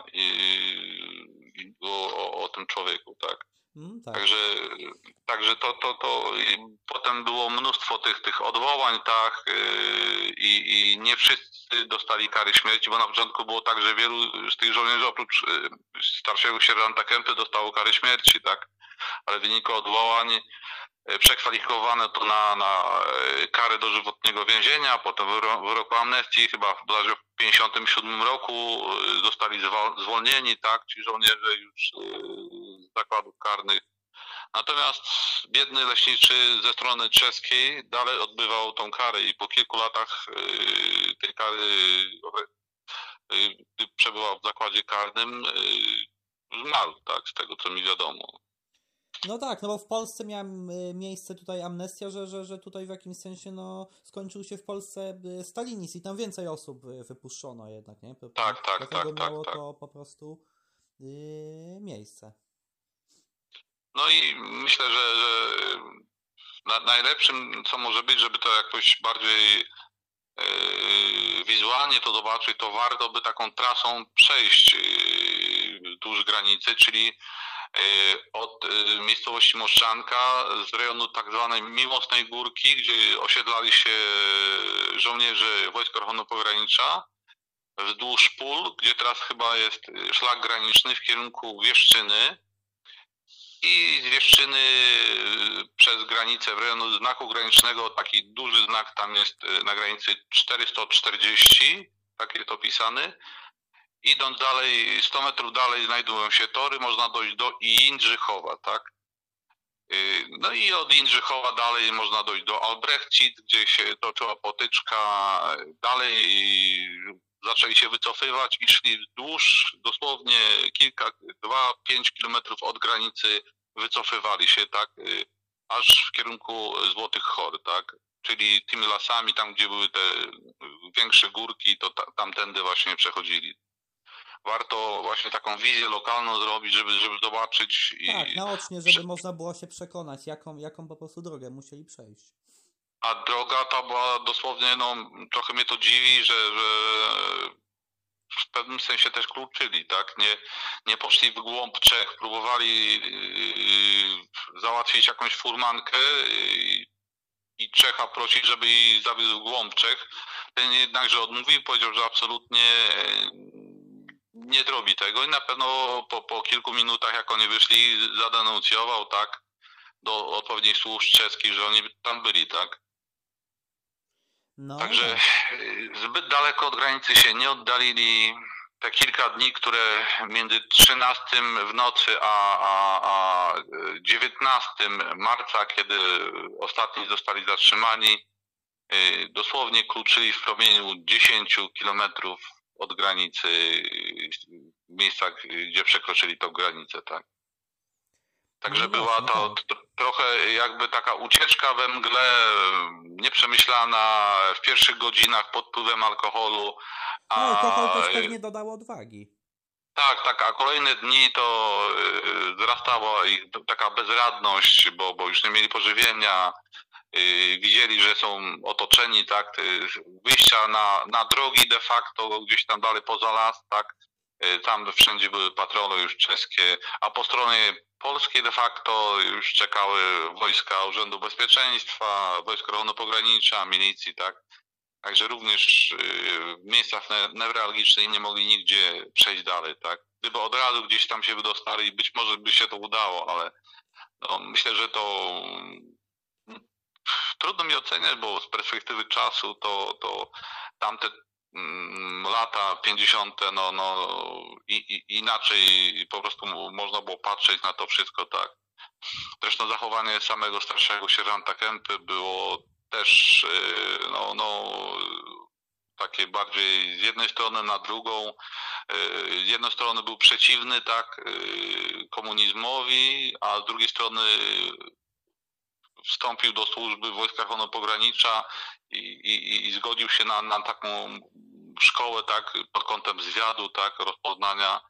o, o, o tym człowieku, tak. Mm, tak. Także, także to, to, to potem było mnóstwo tych, tych odwołań, tak, i, i nie wszyscy dostali kary śmierci, bo na początku było tak, że wielu z tych żołnierzy oprócz starszego sierżanta Kępy dostało karę śmierci, tak, ale w wyniku odwołań przekwalifikowano to na, na karę dożywotniego więzienia, potem wyroku amnestii, chyba pięćdziesiątym siódmym roku zostali zwolnieni, tak, ci żołnierze już z zakładów karnych. Natomiast biedny leśniczy ze strony czeskiej dalej odbywał tą karę i po kilku latach tej kary, gdy przebywał w zakładzie karnym, zmarł, tak, z tego co mi wiadomo. No tak, no bo w Polsce miała miejsce tutaj amnestia, że, że, że tutaj w jakimś sensie no skończył się w Polsce stalinizm i tam więcej osób wypuszczono jednak, nie? Po, tak, tak, dlatego tak, miało tak, to tak. po prostu yy, miejsce. No i myślę, że, że na, najlepszym co może być, żeby to jakoś bardziej yy, wizualnie to zobaczyć, to warto by taką trasą przejść yy, wzdłuż granicy, czyli od miejscowości Moszczanka z rejonu tak zwanej Miłosnej Górki, gdzie osiedlali się żołnierze Wojsk Ochrony Pogranicza, wzdłuż pól, gdzie teraz chyba jest szlak graniczny w kierunku Wieszczyny i z Wieszczyny przez granicę w rejonu znaku granicznego, taki duży znak tam jest na granicy czterysta czterdzieści, tak jest opisany. Idąc dalej, sto metrów dalej znajdują się tory, można dojść do Jędrzychowa, tak? No i od Jędrzychowa dalej można dojść do Albrechcic, gdzie się toczyła potyczka, dalej zaczęli się wycofywać i szli wzdłuż, dosłownie kilka, dwa, pięć kilometrów od granicy wycofywali się, tak? Aż w kierunku Złotych Chor, tak? Czyli tymi lasami, tam gdzie były te większe górki, to tamtędy właśnie przechodzili. Warto właśnie taką wizję lokalną zrobić, żeby, żeby zobaczyć. I... Tak, naocznie, żeby można było się przekonać, jaką, jaką po prostu drogę musieli przejść. A droga ta była dosłownie, no trochę mnie to dziwi, że, że w pewnym sensie też kluczyli, tak? Nie, nie poszli w głąb Czech, próbowali yy, załatwić jakąś furmankę yy, i Czecha prosić, żeby jej zawiózł w głąb Czech. Ten jednakże odmówił, powiedział, że absolutnie nie zrobi tego i na pewno po, po kilku minutach, jak oni wyszli, zadenuncjował, tak, do odpowiednich służb czeskich, że oni tam byli, tak. No, Także tak. Zbyt daleko od granicy się nie oddalili. Te kilka dni, które między trzynastym w nocy a, a, a dziewiętnastym marca, kiedy ostatni zostali zatrzymani, dosłownie kluczyli w promieniu dziesięciu kilometrów od granicy, w miejscach, gdzie przekroczyli tą granicę, tak. Także no była właśnie, to tak. t- trochę jakby taka ucieczka we mgle, nieprzemyślana w pierwszych godzinach pod wpływem alkoholu. A, No, alkohol też pewnie dodał odwagi. Tak, tak, a kolejne dni to yy, wzrastała ich taka bezradność, bo, bo już nie mieli pożywienia, yy, widzieli, że są otoczeni, tak, yy, wyjścia na, na drogi de facto gdzieś tam dalej poza las, tak, yy, tam wszędzie były patrole już czeskie, a po stronie polskiej de facto już czekały wojska Urzędu Bezpieczeństwa, Wojsk Ochrony Pogranicza, milicji, tak. Także również w miejscach newralgicznych nie mogli nigdzie przejść dalej, tak. Gdyby od razu gdzieś tam się wydostali, być może by się to udało, ale no, myślę, że to trudno mi oceniać, bo z perspektywy czasu to, to tamte mm, lata pięćdziesiąte, no, no i, i, inaczej po prostu można było patrzeć na to wszystko, tak. Zresztą zachowanie samego starszego sierżanta Kępy było też no, no, takie bardziej z jednej strony na drugą. Z jednej strony był przeciwny, tak, komunizmowi, a z drugiej strony wstąpił do służby w Wojskach Ochrony Pogranicza i, i, i zgodził się na, na taką szkołę, tak, pod kątem zwiadu, tak, rozpoznania.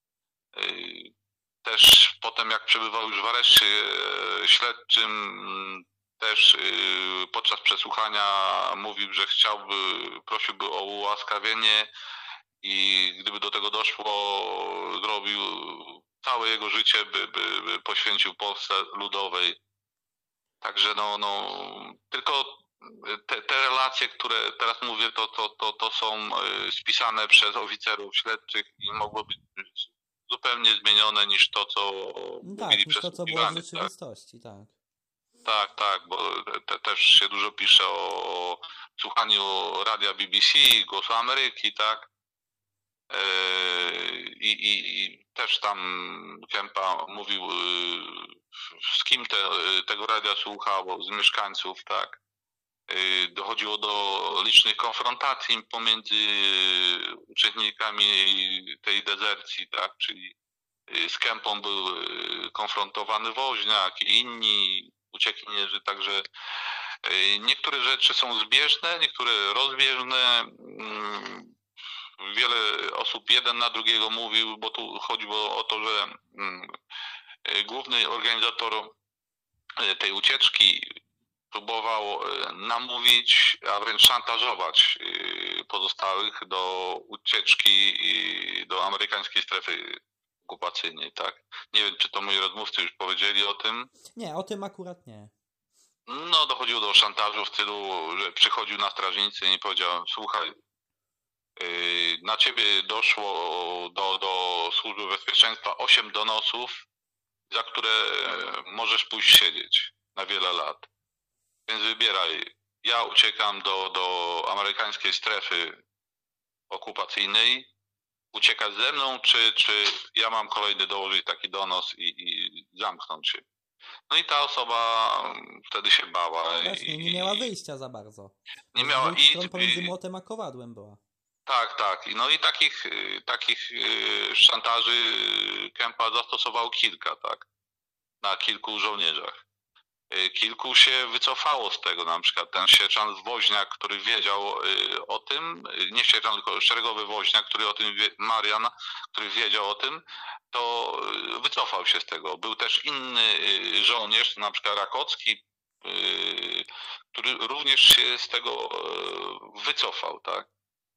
Też potem jak przebywał już w areszcie śledczym, też podczas przesłuchania mówił, że chciałby, prosiłby o ułaskawienie i gdyby do tego doszło, zrobił całe jego życie, by, by, by poświęcił Polsce Ludowej. Także no, no tylko te, te relacje, które teraz mówię, to, to, to, to są spisane przez oficerów śledczych i mogło być zupełnie zmienione niż to, co Tak, mówili niż to, co było w przesłuchiwani, rzeczywistości, tak. Tak, tak, bo te, też się dużo pisze o słuchaniu radia B B C, Głosu Ameryki, tak? I, i, i też tam Kempa mówił, z kim te, tego radia słuchał, z mieszkańców, tak? Dochodziło do licznych konfrontacji pomiędzy uczestnikami tej dezercji, tak? Czyli z Kempą był konfrontowany Woźniak i inni uciekinierzy, także niektóre rzeczy są zbieżne, niektóre rozbieżne. Wiele osób jeden na drugiego mówił, bo tu chodziło o to, że główny organizator tej ucieczki próbował namówić, a wręcz szantażować pozostałych do ucieczki do amerykańskiej strefy okupacyjnej, tak? Nie wiem, czy to moi rozmówcy już powiedzieli o tym. Nie, o tym akurat nie. No, dochodziło do szantażu w stylu, że przychodził na strażnicy i powiedział, słuchaj, na ciebie doszło do, do Służby Bezpieczeństwa osiem donosów, za które możesz pójść siedzieć na wiele lat. Więc wybieraj, ja uciekam do, do amerykańskiej strefy okupacyjnej, uciekać ze mną, czy, czy ja mam kolejny dołożyć taki donos i, i zamknąć się. No i ta osoba wtedy się bała. Właśnie, i, nie miała wyjścia za bardzo. Nie miała i... i pomiędzy młotem a kowadłem była. Tak, tak. No i takich, takich szantaży Kempa zastosował kilka, tak? Na kilku żołnierzach. Kilku się wycofało z tego, na przykład ten sierżant Woźniak, który wiedział o tym, nie sierżant, tylko szeregowy Woźniak, który o tym, wie, Marian, który wiedział o tym, to wycofał się z tego. Był też inny żołnierz, na przykład Rakocki, który również się z tego wycofał, tak?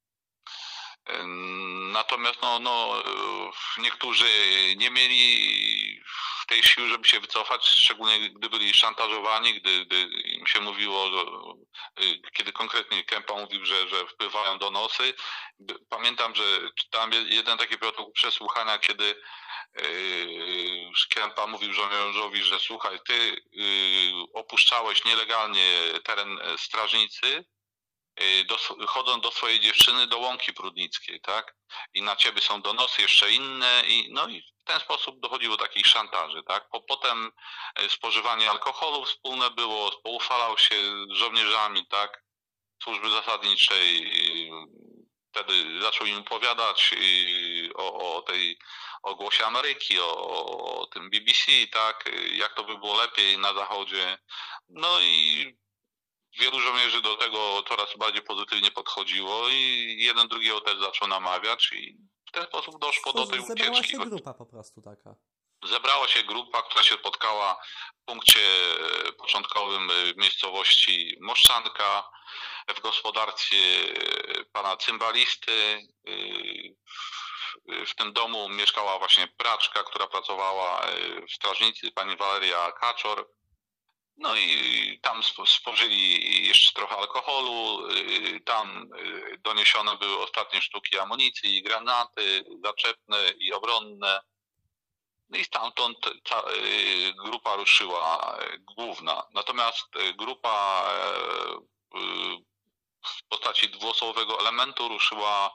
Natomiast no, no, niektórzy nie mieli tej siły, żeby się wycofać, szczególnie gdy byli szantażowani, gdy, gdy im się mówiło, że, kiedy konkretnie Kempa mówił, że, że wpływają donosy. Pamiętam, że czytałem jeden taki protokół przesłuchania, kiedy Kempa mówił żołnierzowi, że słuchaj, ty opuszczałeś nielegalnie teren strażnicy, Do, chodzą do swojej dziewczyny do Łąki Prudnickiej, tak? I na ciebie są donosy jeszcze inne i no i w ten sposób dochodziło do takich szantaży, tak? Po, potem spożywanie alkoholu wspólne było, spoufalał się z żołnierzami, tak? Służby zasadniczej, wtedy zaczął im opowiadać o, o tej, o Głosie Ameryki, o, o tym B B C, tak? Jak to by było lepiej na zachodzie. No i wielu żołnierzy do tego coraz bardziej pozytywnie podchodziło i jeden drugiego też zaczął namawiać i w ten sposób doszło do tej ucieczki. Zebrała się grupa po prostu taka. Zebrała się grupa, która się spotkała w punkcie początkowym w miejscowości Moszczanka, w gospodarstwie pana cymbalisty. W tym domu mieszkała właśnie praczka, która pracowała w strażnicy, pani Waleria Kaczor. No i tam spożyli jeszcze trochę alkoholu, tam doniesione były ostatnie sztuki amunicji, granaty zaczepne i obronne. No i stamtąd ta grupa ruszyła główna. Natomiast grupa w postaci dwuosobowego elementu ruszyła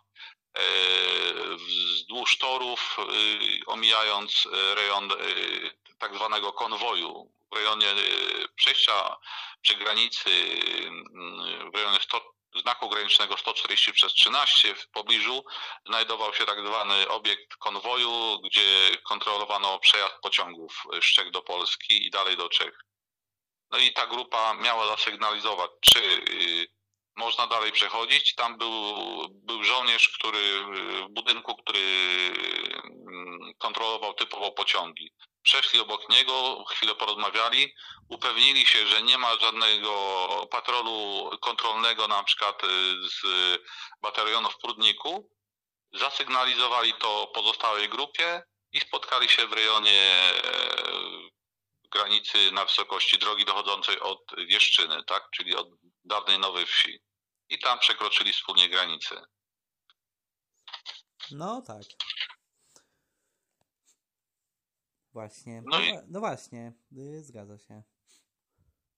wzdłuż torów, omijając rejon tak zwanego konwoju. W rejonie przejścia przy granicy, w rejonie sto, znaku granicznego sto czterdzieści przez trzynaście w pobliżu znajdował się tak zwany obiekt konwoju, gdzie kontrolowano przejazd pociągów z Czech do Polski i dalej do Czech. No i ta grupa miała zasygnalizować, czy można dalej przechodzić. Tam był, był żołnierz, który w budynku, który kontrolował typowo pociągi. Przeszli obok niego, chwilę porozmawiali, upewnili się, że nie ma żadnego patrolu kontrolnego, na przykład z batalionu w Prudniku. Zasygnalizowali to pozostałej grupie i spotkali się w rejonie granicy na wysokości drogi dochodzącej od Wieszczyny, tak, czyli od dawnej Nowej Wsi. I tam przekroczyli wspólnie granicę. No tak. Właśnie. No, no, i... no właśnie, yy, zgadza się.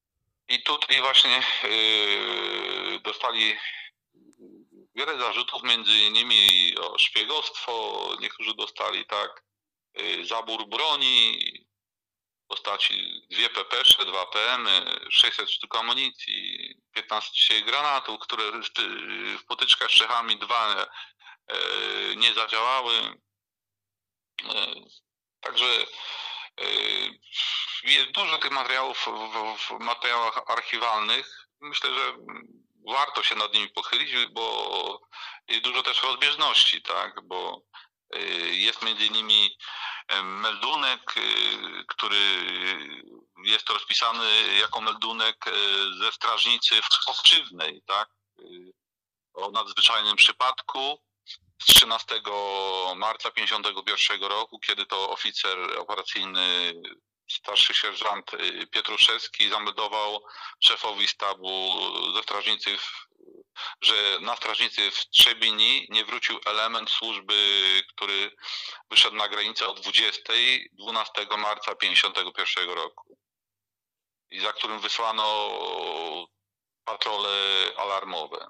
I tutaj właśnie yy, dostali wiele zarzutów, między innymi o szpiegostwo, niektórzy dostali, tak, yy, zabór broni w postaci dwie pepesze, dwa P M y, sześćset sztuk amunicji, piętnaście granatów, które w potyczkach z Czechami dwa yy, nie zadziałały. Yy, także yy, jest dużo tych materiałów w, w materiałach archiwalnych. Myślę, że warto się nad nimi pochylić, bo jest dużo też rozbieżności, tak, bo jest między innymi meldunek, który jest rozpisany jako meldunek ze strażnicy w Pokrzywnej, tak, o nadzwyczajnym przypadku z trzynastego marca pięćdziesiątego pierwszego roku, kiedy to oficer operacyjny starszy sierżant Pietruszewski zameldował szefowi sztabu ze strażnicy, że na strażnicy w Trzebini nie wrócił element służby, który wyszedł na granicę o dwudziestej dwunastego marca pięćdziesiątego pierwszego roku i za którym wysłano patrole alarmowe.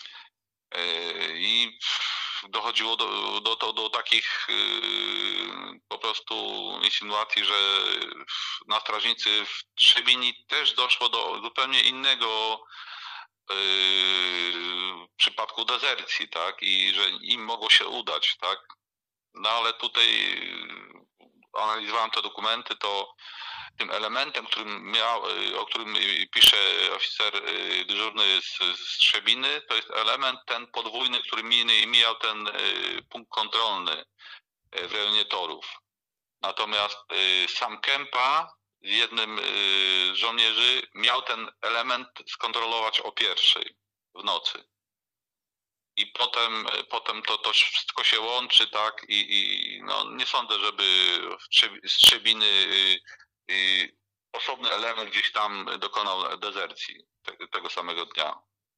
I dochodziło do, do, do, do takich yy, po prostu insynuacji, że na strażnicy w Trzebini też doszło do zupełnie innego yy, przypadku dezercji, tak, i że im mogło się udać, tak. No ale tutaj analizowałem te dokumenty, to tym elementem, którym miał, o którym pisze oficer dyżurny z, z Trzebiny, to jest element ten podwójny, który mijał ten punkt kontrolny w rejonie torów. Natomiast sam Kępa, jednym z żołnierzy, miał ten element skontrolować o pierwszej w nocy. I potem, potem to, to wszystko się łączy, tak, i, i no, nie sądzę, żeby z Trzebiny i osobny element gdzieś tam dokonał dezercji te, tego samego dnia.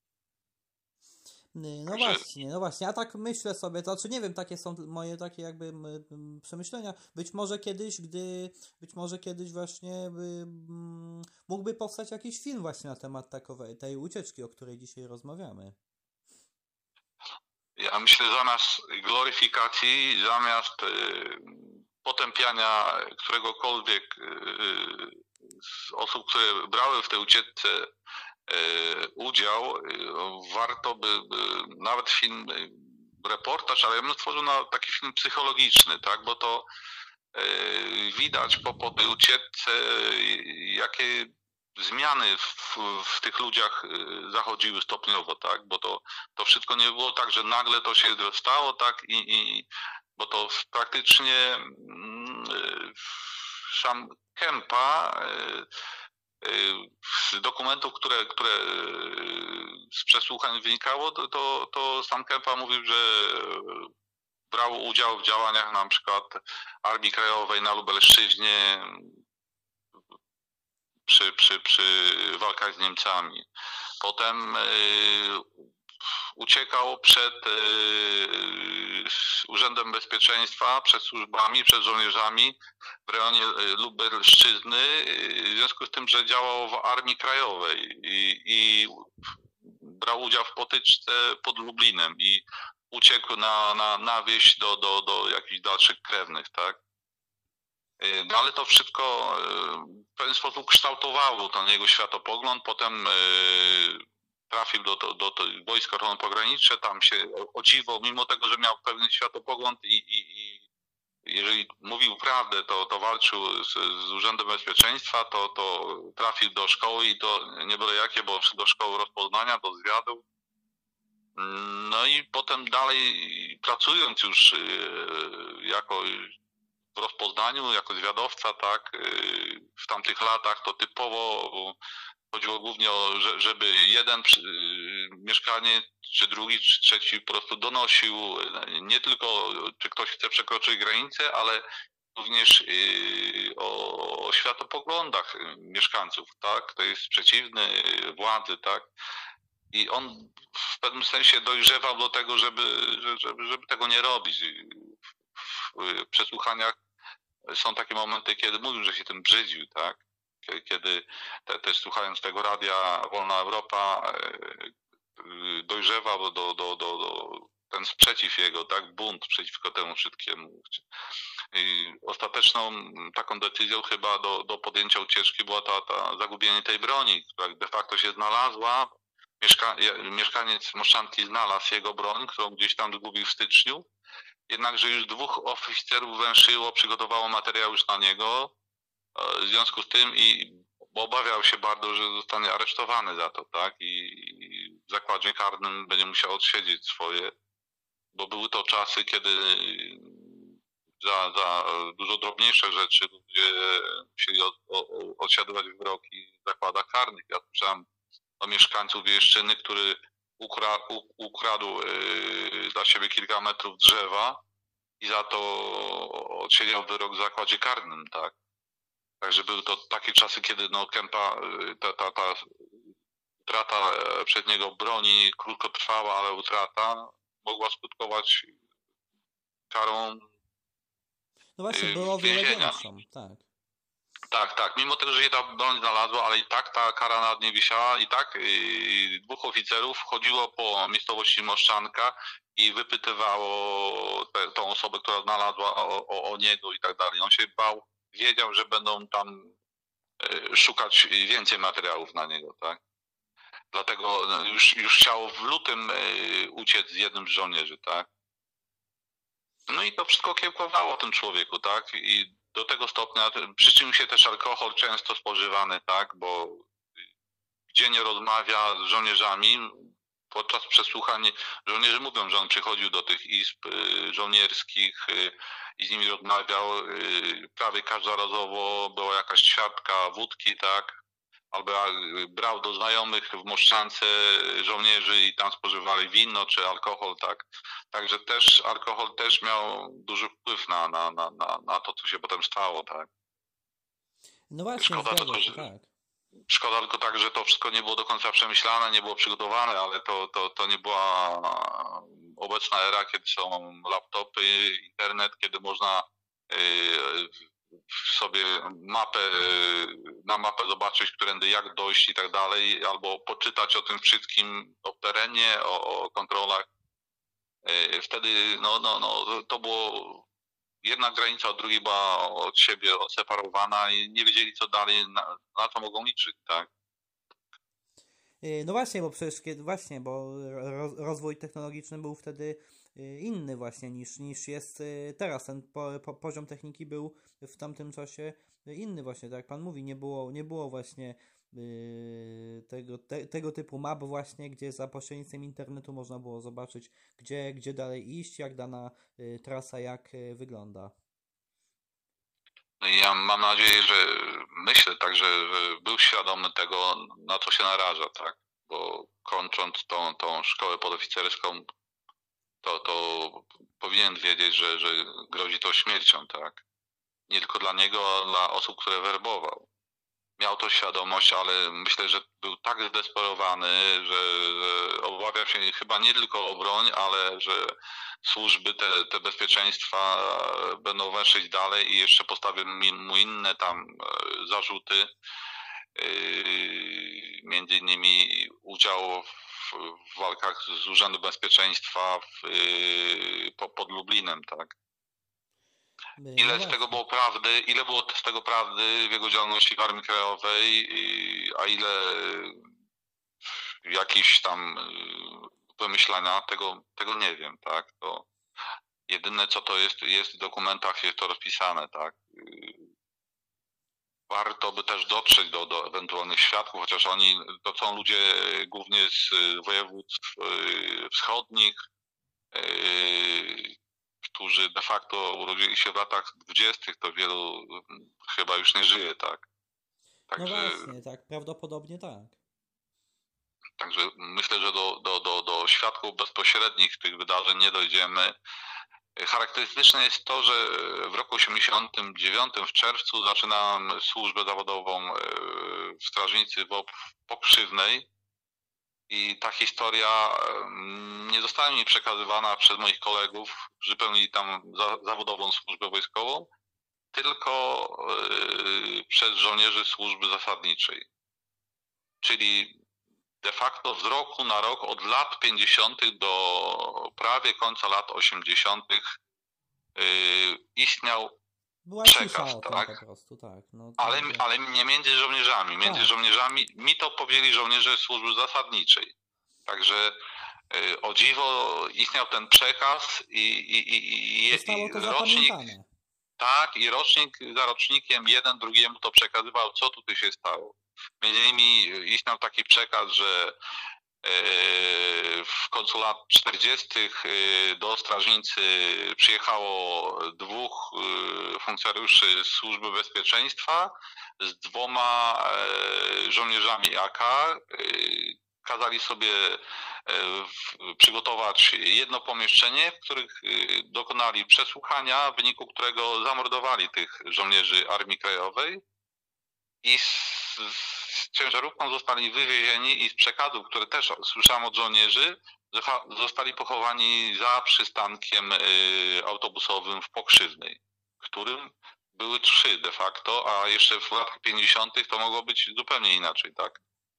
No właśnie, no właśnie, a tak myślę sobie, to znaczy nie wiem, takie są moje takie jakby m, przemyślenia. Być może kiedyś, gdy, być może kiedyś właśnie by, m, mógłby powstać jakiś film właśnie na temat takowej, tej ucieczki, o której dzisiaj rozmawiamy. Ja myślę, zamiast gloryfikacji, zamiast y, potępiania któregokolwiek z osób, które brały w tej ucieczce udział, warto by, by nawet film, reportaż, ale ja bym stworzył na taki film psychologiczny, tak, bo to widać po, po tej ucieczce, jakie zmiany w, w tych ludziach zachodziły stopniowo, tak, bo to, to wszystko nie było tak, że nagle to się stało, tak, i, i bo to praktycznie sam Kępa z dokumentów, które, które z przesłuchań wynikało, to, to, to sam Kępa mówił, że brał udział w działaniach na przykład Armii Krajowej na Lubelszczyźnie przy, przy, przy walkach z Niemcami. Potem uciekał przed Urzędem Bezpieczeństwa, przed służbami, przed żołnierzami w rejonie Lubelszczyzny, w związku z tym, że działał w Armii Krajowej i, i brał udział w potyczce pod Lublinem i uciekł na, na, na wieś do, do, do jakichś dalszych krewnych, tak? No ale to wszystko w pewien sposób kształtowało ten jego światopogląd, potem trafił do, do, do, do Wojsk Ochrony Pogranicznej, tam się o dziwo, mimo tego, że miał pewien światopogląd i, i, i jeżeli mówił prawdę, to, to walczył z, z Urzędem Bezpieczeństwa, to, to trafił do szkoły i to nie byle jakie, bo do szkoły rozpoznania, do zwiadu. No i potem dalej pracując już jako w rozpoznaniu, jako zwiadowca, tak, w tamtych latach to typowo chodziło głównie o, żeby jeden mieszkaniec, czy drugi, czy trzeci po prostu donosił nie tylko, czy ktoś chce przekroczyć granicę, ale również o, o światopoglądach mieszkańców, tak, kto jest przeciwny władzy, tak. I on w pewnym sensie dojrzewał do tego, żeby, żeby, żeby tego nie robić. W przesłuchaniach są takie momenty, kiedy mówił, że się tym brzydził, tak. kiedy te, też słuchając tego radia Wolna Europa dojrzewał do, do, do, do ten sprzeciw jego, tak, bunt przeciwko temu wszystkiemu. I ostateczną taką decyzją chyba do, do podjęcia ucieczki była ta, ta zagubienie tej broni, która de facto się znalazła. Mieszka, mieszkaniec Moszczanki znalazł jego broń, którą gdzieś tam zgubił w styczniu. Jednakże już dwóch oficerów węszyło, przygotowało materiał już na niego. W związku z tym i obawiał się bardzo, że zostanie aresztowany za to, tak? I w zakładzie karnym będzie musiał odsiedzieć swoje, bo były to czasy, kiedy za, za dużo drobniejsze rzeczy ludzie musieli od, od, odsiadywać wyroki w zakładach karnych. Ja słyszałem o mieszkańców Wieszczyny, który ukra, u, ukradł yy, dla siebie kilka metrów drzewa i za to odsiedział wyrok w zakładzie karnym, tak? Także były to takie czasy, kiedy no Kępa, ta, ta, ta utrata przez niego broni krótkotrwała, ale utrata mogła skutkować karą No właśnie, było wiele więzienia. większą, tak. Tak, tak. Mimo tego, że się ta broń znalazła, ale i tak ta kara nad niej wisiała i tak yy, dwóch oficerów chodziło po miejscowości Moszczanka i wypytywało te, tą osobę, która znalazła o, o, o niego i tak dalej. On się bał, wiedział, że będą tam yy, szukać więcej materiałów na niego, tak. Dlatego już, już chciał w lutym yy, uciec z jednym z żołnierzy, tak. No i to wszystko kiełkowało tym człowieku, tak. I do tego stopnia przyczynił się też alkohol często spożywany, tak, bo gdzie nie rozmawia z żołnierzami, podczas przesłuchań żołnierze mówią, że on przychodził do tych izb żołnierskich i z nimi rozmawiał, prawie każdorazowo była jakaś ćwiartka wódki, tak, albo brał do znajomych w Moszczance żołnierzy i tam spożywali wino czy alkohol, tak. Także też alkohol też miał duży wpływ na, na, na, na, na to, co się potem stało, tak. No właśnie, Szkoda, zgadza to, się, że, tak. szkoda tylko tak, że to wszystko nie było do końca przemyślane, nie było przygotowane, ale to, to, to nie była obecna era, kiedy są laptopy, internet, kiedy można yy, sobie mapę, na mapę zobaczyć, którędy jak dojść i tak dalej, albo poczytać o tym wszystkim, o terenie, o, o kontrolach. Wtedy no, no, no, to było, jedna granica od drugiej była od siebie odseparowana i nie wiedzieli, co dalej, na, na co mogą liczyć, tak? No właśnie, bo przecież kiedy, właśnie, bo rozwój technologiczny był wtedy inny właśnie niż, niż jest teraz. Ten po, po, poziom techniki był w tamtym czasie inny właśnie, tak jak pan mówi, nie było, nie było właśnie yy, tego, te, tego typu map właśnie, gdzie za pośrednictwem internetu można było zobaczyć, gdzie, gdzie dalej iść, jak dana y, trasa, jak y, wygląda. No i ja mam nadzieję, że myślę także, że był świadomy tego, na co się naraża, tak? Bo kończąc tą, tą szkołę podoficerską, to, to powinien wiedzieć, że, że grozi to śmiercią, tak? Nie tylko dla niego, ale dla osób, które werbował. Miał to świadomość, ale myślę, że był tak zdesperowany, że, że obawiał się chyba nie tylko o broń, ale że służby te, te bezpieczeństwa będą węszyć dalej i jeszcze postawią mu inne tam zarzuty. Między innymi udział w, w walkach z Urzędu Bezpieczeństwa w, po, pod Lublinem, tak? Ile z tego było prawdy, ile było z tego prawdy w jego działalności w Armii Krajowej, a ile jakieś tam wymyślania, tego, tego nie wiem, tak? To jedyne co to jest, jest w dokumentach, jest to rozpisane, tak? Warto by też dotrzeć do, do ewentualnych świadków, chociaż oni, to są ludzie głównie z województw wschodnich, którzy de facto urodzili się w latach dwudziestych, to wielu chyba już nie żyje, tak? Także, no właśnie, tak, prawdopodobnie tak. Także myślę, że do, do, do, do świadków bezpośrednich tych wydarzeń nie dojdziemy. Charakterystyczne jest to, że w roku osiemdziesiątym dziewiątym w czerwcu zaczynałem służbę zawodową w strażnicy w Pokrzywnej i ta historia nie została mi przekazywana przez moich kolegów, którzy pełnili tam za, zawodową służbę wojskową, tylko przez żołnierzy służby zasadniczej. Czyli de facto z roku na rok od lat pięćdziesiątych do prawie końca lat osiemdziesiątych istniał Była przekaz, cisza o tym tak? po prostu, tak. No, ale, to... ale nie między żołnierzami. Między tak. żołnierzami mi to powiedzieli żołnierze służby zasadniczej. Także y, o dziwo istniał ten przekaz i, i, i, i, Zostało to i rocznik, zapamiętane. tak, i rocznik za rocznikiem jeden drugiemu to przekazywał, co tutaj się stało. Między innymi istniał taki przekaz, że w końcu lat czterdziestych do strażnicy przyjechało dwóch funkcjonariuszy Służby Bezpieczeństwa z dwoma żołnierzami A K. Kazali sobie przygotować jedno pomieszczenie, w których dokonali przesłuchania, w wyniku którego zamordowali tych żołnierzy Armii Krajowej i z, z ciężarówką zostali wywiezieni i z przekazów, które też słyszałem od żołnierzy, zostali pochowani za przystankiem autobusowym w Pokrzywnej, w którym były trzy de facto, a jeszcze w latach pięćdziesiątych to mogło być zupełnie inaczej, tak?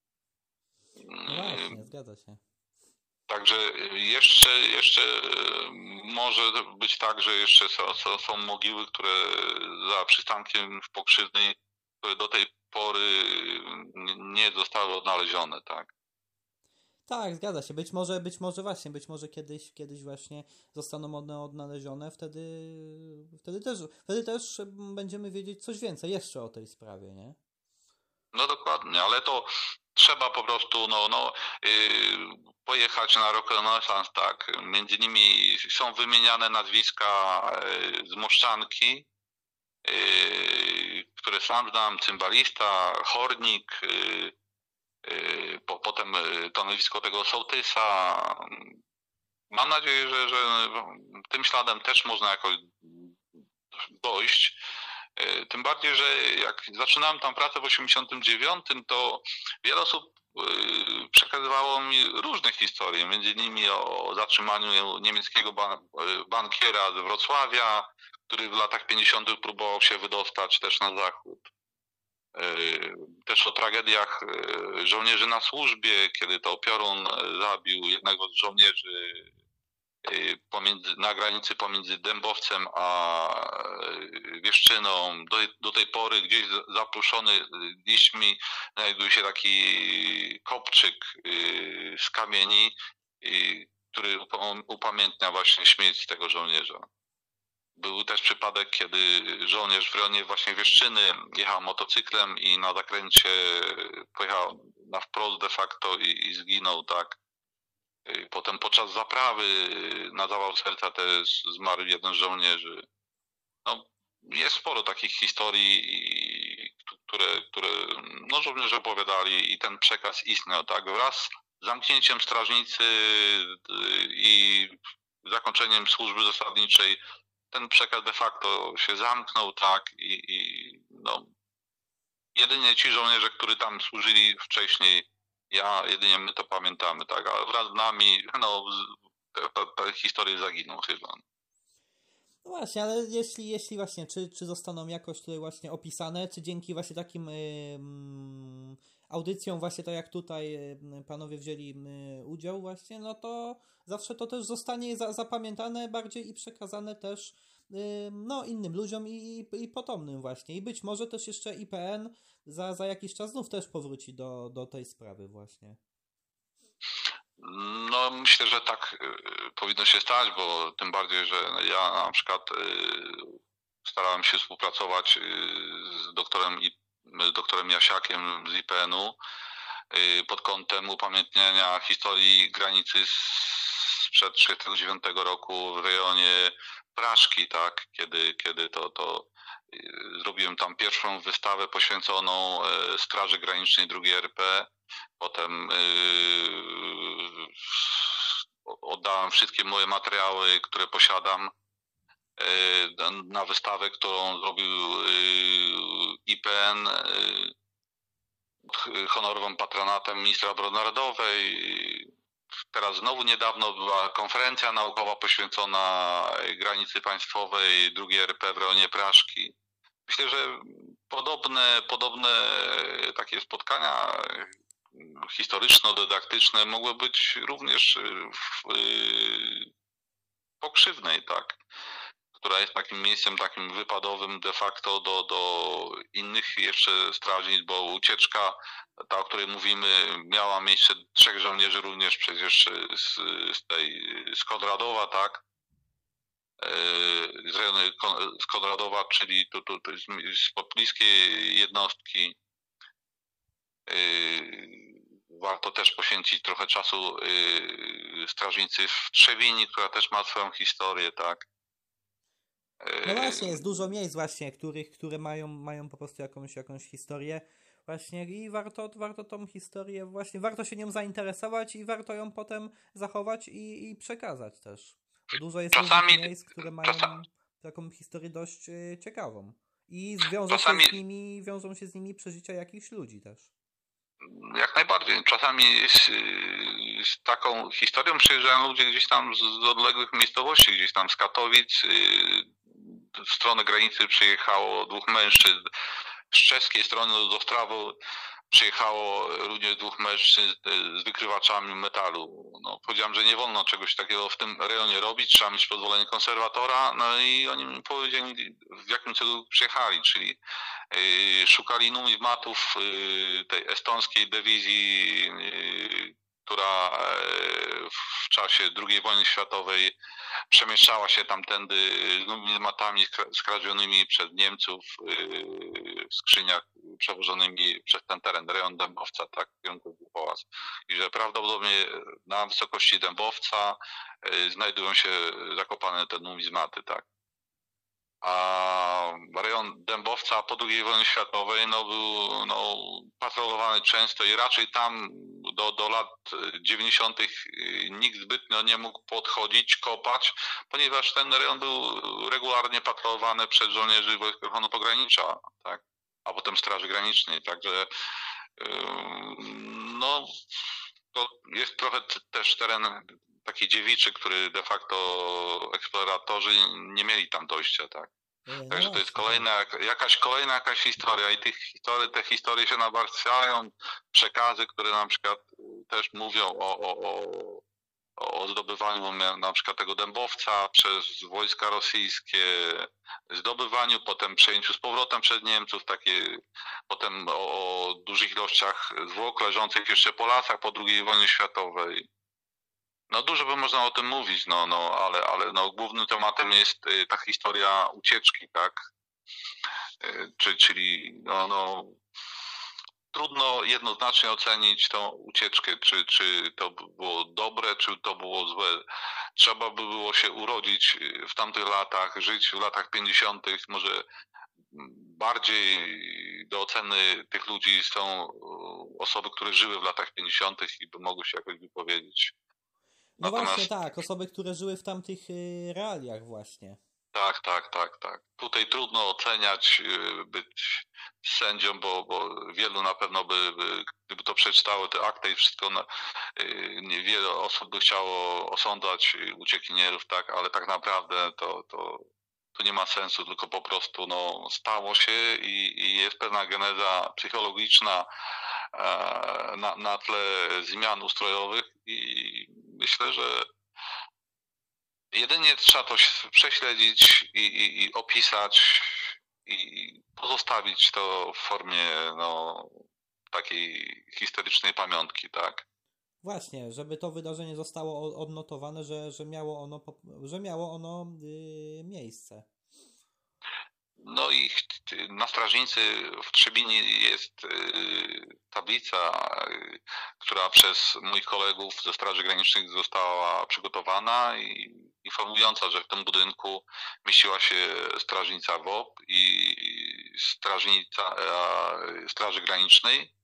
No właśnie, zgadza się. Także jeszcze, jeszcze może być tak, że jeszcze są, są, są mogiły, które za przystankiem w Pokrzywnej, które do tej pory nie zostały odnalezione, tak? Tak, zgadza się. Być może, być może właśnie, być może kiedyś, kiedyś właśnie zostaną one odnalezione, wtedy, wtedy też, wtedy też będziemy wiedzieć coś więcej jeszcze o tej sprawie, nie? No dokładnie, ale to trzeba po prostu no, no, yy, pojechać na rekonesans, tak. Między innymi są wymieniane nazwiska yy, z Moszczanki, yy, które sam znam, cymbalista, Hornik, yy, yy, po, potem to nazwisko tego sołtysa. Mam nadzieję, że, że tym śladem też można jakoś dojść. Tym bardziej, że jak zaczynałem tam pracę w osiemdziesiątym dziewiątym, to wiele osób przekazywało mi różne historie, między innymi o zatrzymaniu niemieckiego bankiera z Wrocławia, który w latach pięćdziesiątych próbował się wydostać też na zachód. Też o tragediach żołnierzy na służbie, kiedy to piorun zabił jednego z żołnierzy Pomiędzy, na granicy pomiędzy Dębowcem a Wieszczyną. Do, do tej pory gdzieś zapruszony liśćmi znajduje się taki kopczyk z kamieni, który upamiętnia właśnie śmierć tego żołnierza. Był też przypadek, kiedy żołnierz w rejonie właśnie Wieszczyny jechał motocyklem i na zakręcie pojechał na wprost de facto i, i zginął, tak. Potem podczas zaprawy na zawał serca też zmarł jeden z żołnierzy. No, jest sporo takich historii, które, które no, żołnierze opowiadali i ten przekaz istniał, tak? Wraz z zamknięciem strażnicy i zakończeniem służby zasadniczej ten przekaz de facto się zamknął, tak? I, i no, jedynie ci żołnierze, którzy tam służyli wcześniej, ja, jedynie my to pamiętamy, tak, a wraz z nami, no, te, te, te historie zaginą chyba. No właśnie, ale jeśli, jeśli właśnie, czy, czy zostaną jakoś tutaj właśnie opisane, czy dzięki właśnie takim yy, audycjom właśnie tak jak tutaj yy, panowie wzięli yy, udział właśnie, no to zawsze to też zostanie za, zapamiętane bardziej i przekazane też yy, no innym ludziom i, i, i potomnym właśnie. I być może też jeszcze I P N za, za jakiś czas znów też powróci do, do tej sprawy właśnie. No myślę, że tak y, powinno się stać, bo tym bardziej, że ja na przykład y, starałem się współpracować y, z doktorem, I, z doktorem Jasiakiem z I P N u y, pod kątem upamiętniania historii granicy sprzed tysiąc dziewięćset trzydziestego dziewiątego roku w rejonie Praszki, tak, kiedy, kiedy to, to y, zrobiłem tam pierwszą wystawę poświęconą y, Straży Granicznej drugiej R P. Potem yy, oddałem wszystkie moje materiały, które posiadam, yy, na wystawę, którą zrobił yy, I P N yy, honorowym patronatem ministra obrony narodowej. Teraz znowu niedawno była konferencja naukowa poświęcona granicy państwowej drugiej R P w rejonie Praszki. myślę, że podobne, podobne takie spotkania historyczno-dydaktyczne mogły być również w Pokrzywnej, tak, która jest takim miejscem takim wypadowym de facto do, do innych jeszcze strażnic, bo ucieczka, ta, o której mówimy, miała miejsce trzech żołnierzy również przecież z, z tej, z Konradowa, tak, z rejonu z Konradowa, czyli to, to, to jest z pobliskiej jednostki. Warto też poświęcić trochę czasu strażnicy w Trzewini, która też ma swoją historię, tak. No właśnie, jest dużo miejsc właśnie, których, które mają, mają po prostu jakąś, jakąś historię właśnie i warto, warto tą historię właśnie, warto się nią zainteresować i warto ją potem zachować i, i przekazać też. Bo dużo jest czasami, różnych miejsc, które mają czasami, taką historię dość y, ciekawą. I wiążą czasami, się z nimi, wiążą się z nimi przeżycia jakichś ludzi też. Jak najbardziej. Czasami z, z taką historią przyjeżdżają ludzie gdzieś tam z, z odległych miejscowości, gdzieś tam z Katowic. W stronę granicy przyjechało dwóch mężczyzn. Z czeskiej strony do Ostrawu przyjechało również dwóch mężczyzn z wykrywaczami metalu. No, powiedziałem, że nie wolno czegoś takiego w tym rejonie robić, trzeba mieć pozwolenie konserwatora, no i oni mi powiedzieli, w jakim celu przyjechali, czyli yy, szukali numizmatów yy, tej estońskiej dywizji, yy, która yy, w czasie drugiej wojny światowej przemieszczała się tamtędy z numizmatami skradzionymi przez Niemców yy, w skrzyniach przewożonymi przez ten teren, rejon Dębowca, tak, w kierunku Głupołaz. I że prawdopodobnie na wysokości Dębowca y, znajdują się zakopane te numizmaty, tak. A rejon Dębowca po drugiej wojnie światowej no, był no, patrolowany często i raczej tam do, do lat dziewięćdziesiątych nikt zbytnio nie mógł podchodzić, kopać, ponieważ ten rejon był regularnie patrolowany przez żołnierzy Wojsk Ochrony Pogranicza, tak, a potem Straży Granicznej, także no to jest trochę też teren taki dziewiczy, który de facto eksploratorzy nie mieli tam dojścia, tak. No także to jest kolejna, jakaś kolejna jakaś historia i tych historii, te historie się nawarstwiają, przekazy, które na przykład też mówią o, o, o, o zdobywaniu na przykład tego Dębowca przez wojska rosyjskie, zdobywaniu, potem przejęciu z powrotem przez Niemców, takie, potem o, o dużych ilościach zwłok leżących jeszcze po lasach po drugiej wojnie światowej. No dużo by można o tym mówić, no, no, ale, ale no, głównym tematem jest y, ta historia ucieczki, tak? Y, czy, czyli no, no, trudno jednoznacznie ocenić tą ucieczkę, czy, czy to było dobre, czy to było złe. Trzeba by było się urodzić w tamtych latach, żyć w latach pięćdziesiątych. Może bardziej do oceny tych ludzi są osoby, które żyły w latach pięćdziesiątych i by mogły się jakoś wypowiedzieć. No Natomiast... właśnie tak, osoby, które żyły w tamtych realiach właśnie. Tak, tak, tak, tak. Tutaj trudno oceniać, być sędzią, bo, bo wielu na pewno by, by, gdyby to przeczytało te akty i wszystko, na, wiele osób by chciało osądzać uciekinierów, tak, ale tak naprawdę to, to, to nie ma sensu, tylko po prostu no, stało się i, i jest pewna geneza psychologiczna na, na tle zmian ustrojowych i myślę, że jedynie trzeba to prześledzić i, i, i opisać i pozostawić to w formie no, takiej historycznej pamiątki, tak? Właśnie, żeby to wydarzenie zostało odnotowane, że, że miało ono, że miało ono yy, miejsce. No i na strażnicy w Trzebinie jest tablica, która przez moich kolegów ze Straży Granicznych została przygotowana i informująca, że w tym budynku mieściła się strażnica W O P i strażnica Straży Granicznej.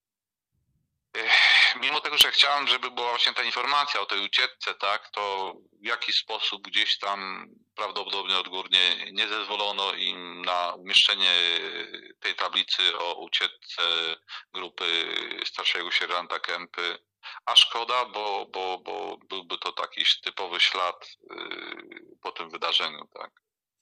Mimo tego, że chciałem, żeby była właśnie ta informacja o tej ucieczce, tak, to w jakiś sposób gdzieś tam prawdopodobnie odgórnie nie zezwolono im na umieszczenie tej tablicy o ucieczce grupy starszego sierżanta Kępy. A szkoda, bo, bo, bo byłby to taki typowy ślad po tym wydarzeniu, tak.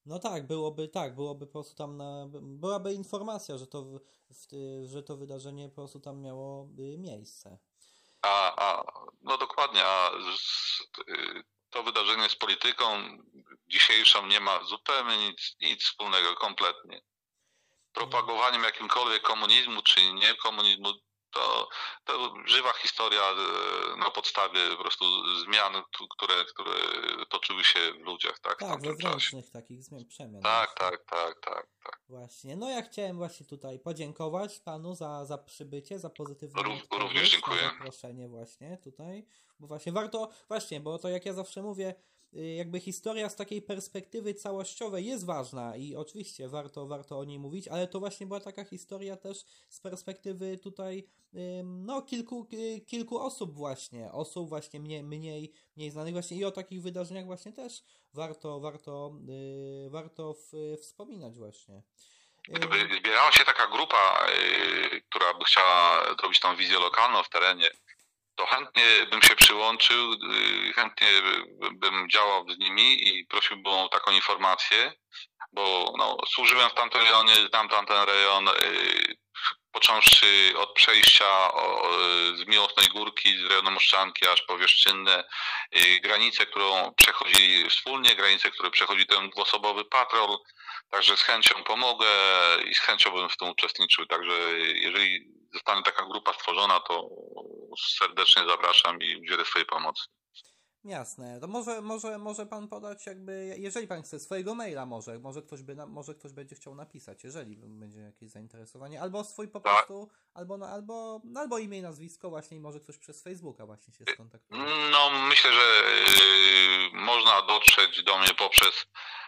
No tak, byłoby tak, byłoby po prostu tam na, byłaby informacja, że to, w, w, że to wydarzenie po prostu tam miało y, miejsce. A, a no dokładnie, a z, y, to wydarzenie z polityką dzisiejszą nie ma zupełnie nic, nic wspólnego, kompletnie. Propagowaniem jakimkolwiek komunizmu czy nie komunizmu, to, to żywa historia y, na podstawie po prostu zmian, tu- które, które toczyły się w ludziach, tak, w Tak, tamtym czasie. wewnętrznych takich zmian, przemian. Tak, właśnie. tak, tak, tak, tak. Właśnie. No ja chciałem właśnie tutaj podziękować panu za, za przybycie, za pozytywną Ró- odpowiedź również dziękuję. na zaproszenie właśnie tutaj, bo właśnie warto, właśnie, bo to jak ja zawsze mówię, y, jakby historia z takiej perspektywy całościowej jest ważna i oczywiście warto, warto o niej mówić, ale to właśnie była taka historia też z perspektywy tutaj ym, no kilku, ki- kilku osób właśnie, osób właśnie mniej, mniej, mniej znanych właśnie i o takich wydarzeniach właśnie też warto, warto, y, warto w, wspominać właśnie. Y, Gdyby zbierała się taka grupa, y, która by chciała zrobić tą wizję lokalną w terenie, to chętnie bym się przyłączył, y, chętnie by- bym działał z nimi i prosiłbym o taką informację, bo no, służyłem w tamtym rejonie, znam tamten rejon, y, począwszy od przejścia o, z Miłosnej Górki, z rejonu Moszczanki aż po Wieszczynne, y, granicę, którą przechodzi wspólnie, granicę, którą przechodzi ten dwuosobowy patrol, także z chęcią pomogę i z chęcią bym w tym uczestniczył, także jeżeli zostanie taka grupa stworzona, to serdecznie zapraszam i udzielę swojej pomocy. Jasne, to może, może, może pan podać jakby, jeżeli pan chce swojego maila może, może ktoś by, na, może ktoś będzie chciał napisać, jeżeli będzie jakieś zainteresowanie, albo swój po Tak. prostu, albo, no, albo, no, albo imię i nazwisko właśnie i może ktoś przez Facebooka właśnie się skontaktuje. No myślę, że y, można dotrzeć do mnie poprzez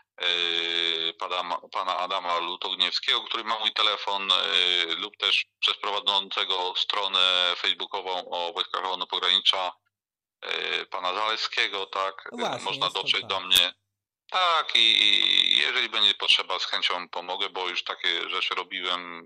y, pana, pana Adama Lutogniewskiego, który ma mój telefon, y, lub też przez prowadzącego stronę facebookową o Wojskach Obrony Pogranicza, y, pana Zaleskiego, tak, No właśnie, można jest to dotrzeć tak. do mnie. Tak, i, i jeżeli będzie potrzeba, z chęcią pomogę, bo już takie rzeczy robiłem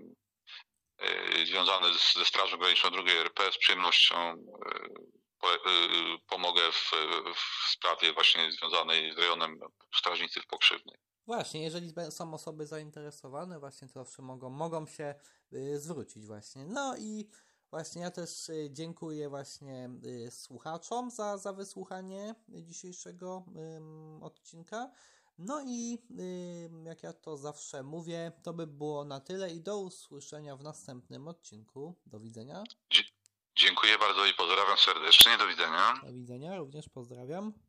y, związane z, ze Strażą Graniczną drugiej R P, z przyjemnością y, po, y, pomogę w, w sprawie właśnie związanej z rejonem Strażnicy w Pokrzywnej. Właśnie, jeżeli be- są osoby zainteresowane, właśnie to zawsze mogą, mogą się y, zwrócić właśnie. No i właśnie ja też y, dziękuję właśnie y, słuchaczom za, za wysłuchanie dzisiejszego ym, odcinka. No i y, jak ja to zawsze mówię, to by było na tyle i do usłyszenia w następnym odcinku. Do widzenia. Dziękuję bardzo i pozdrawiam serdecznie. Do widzenia. Do widzenia, również pozdrawiam.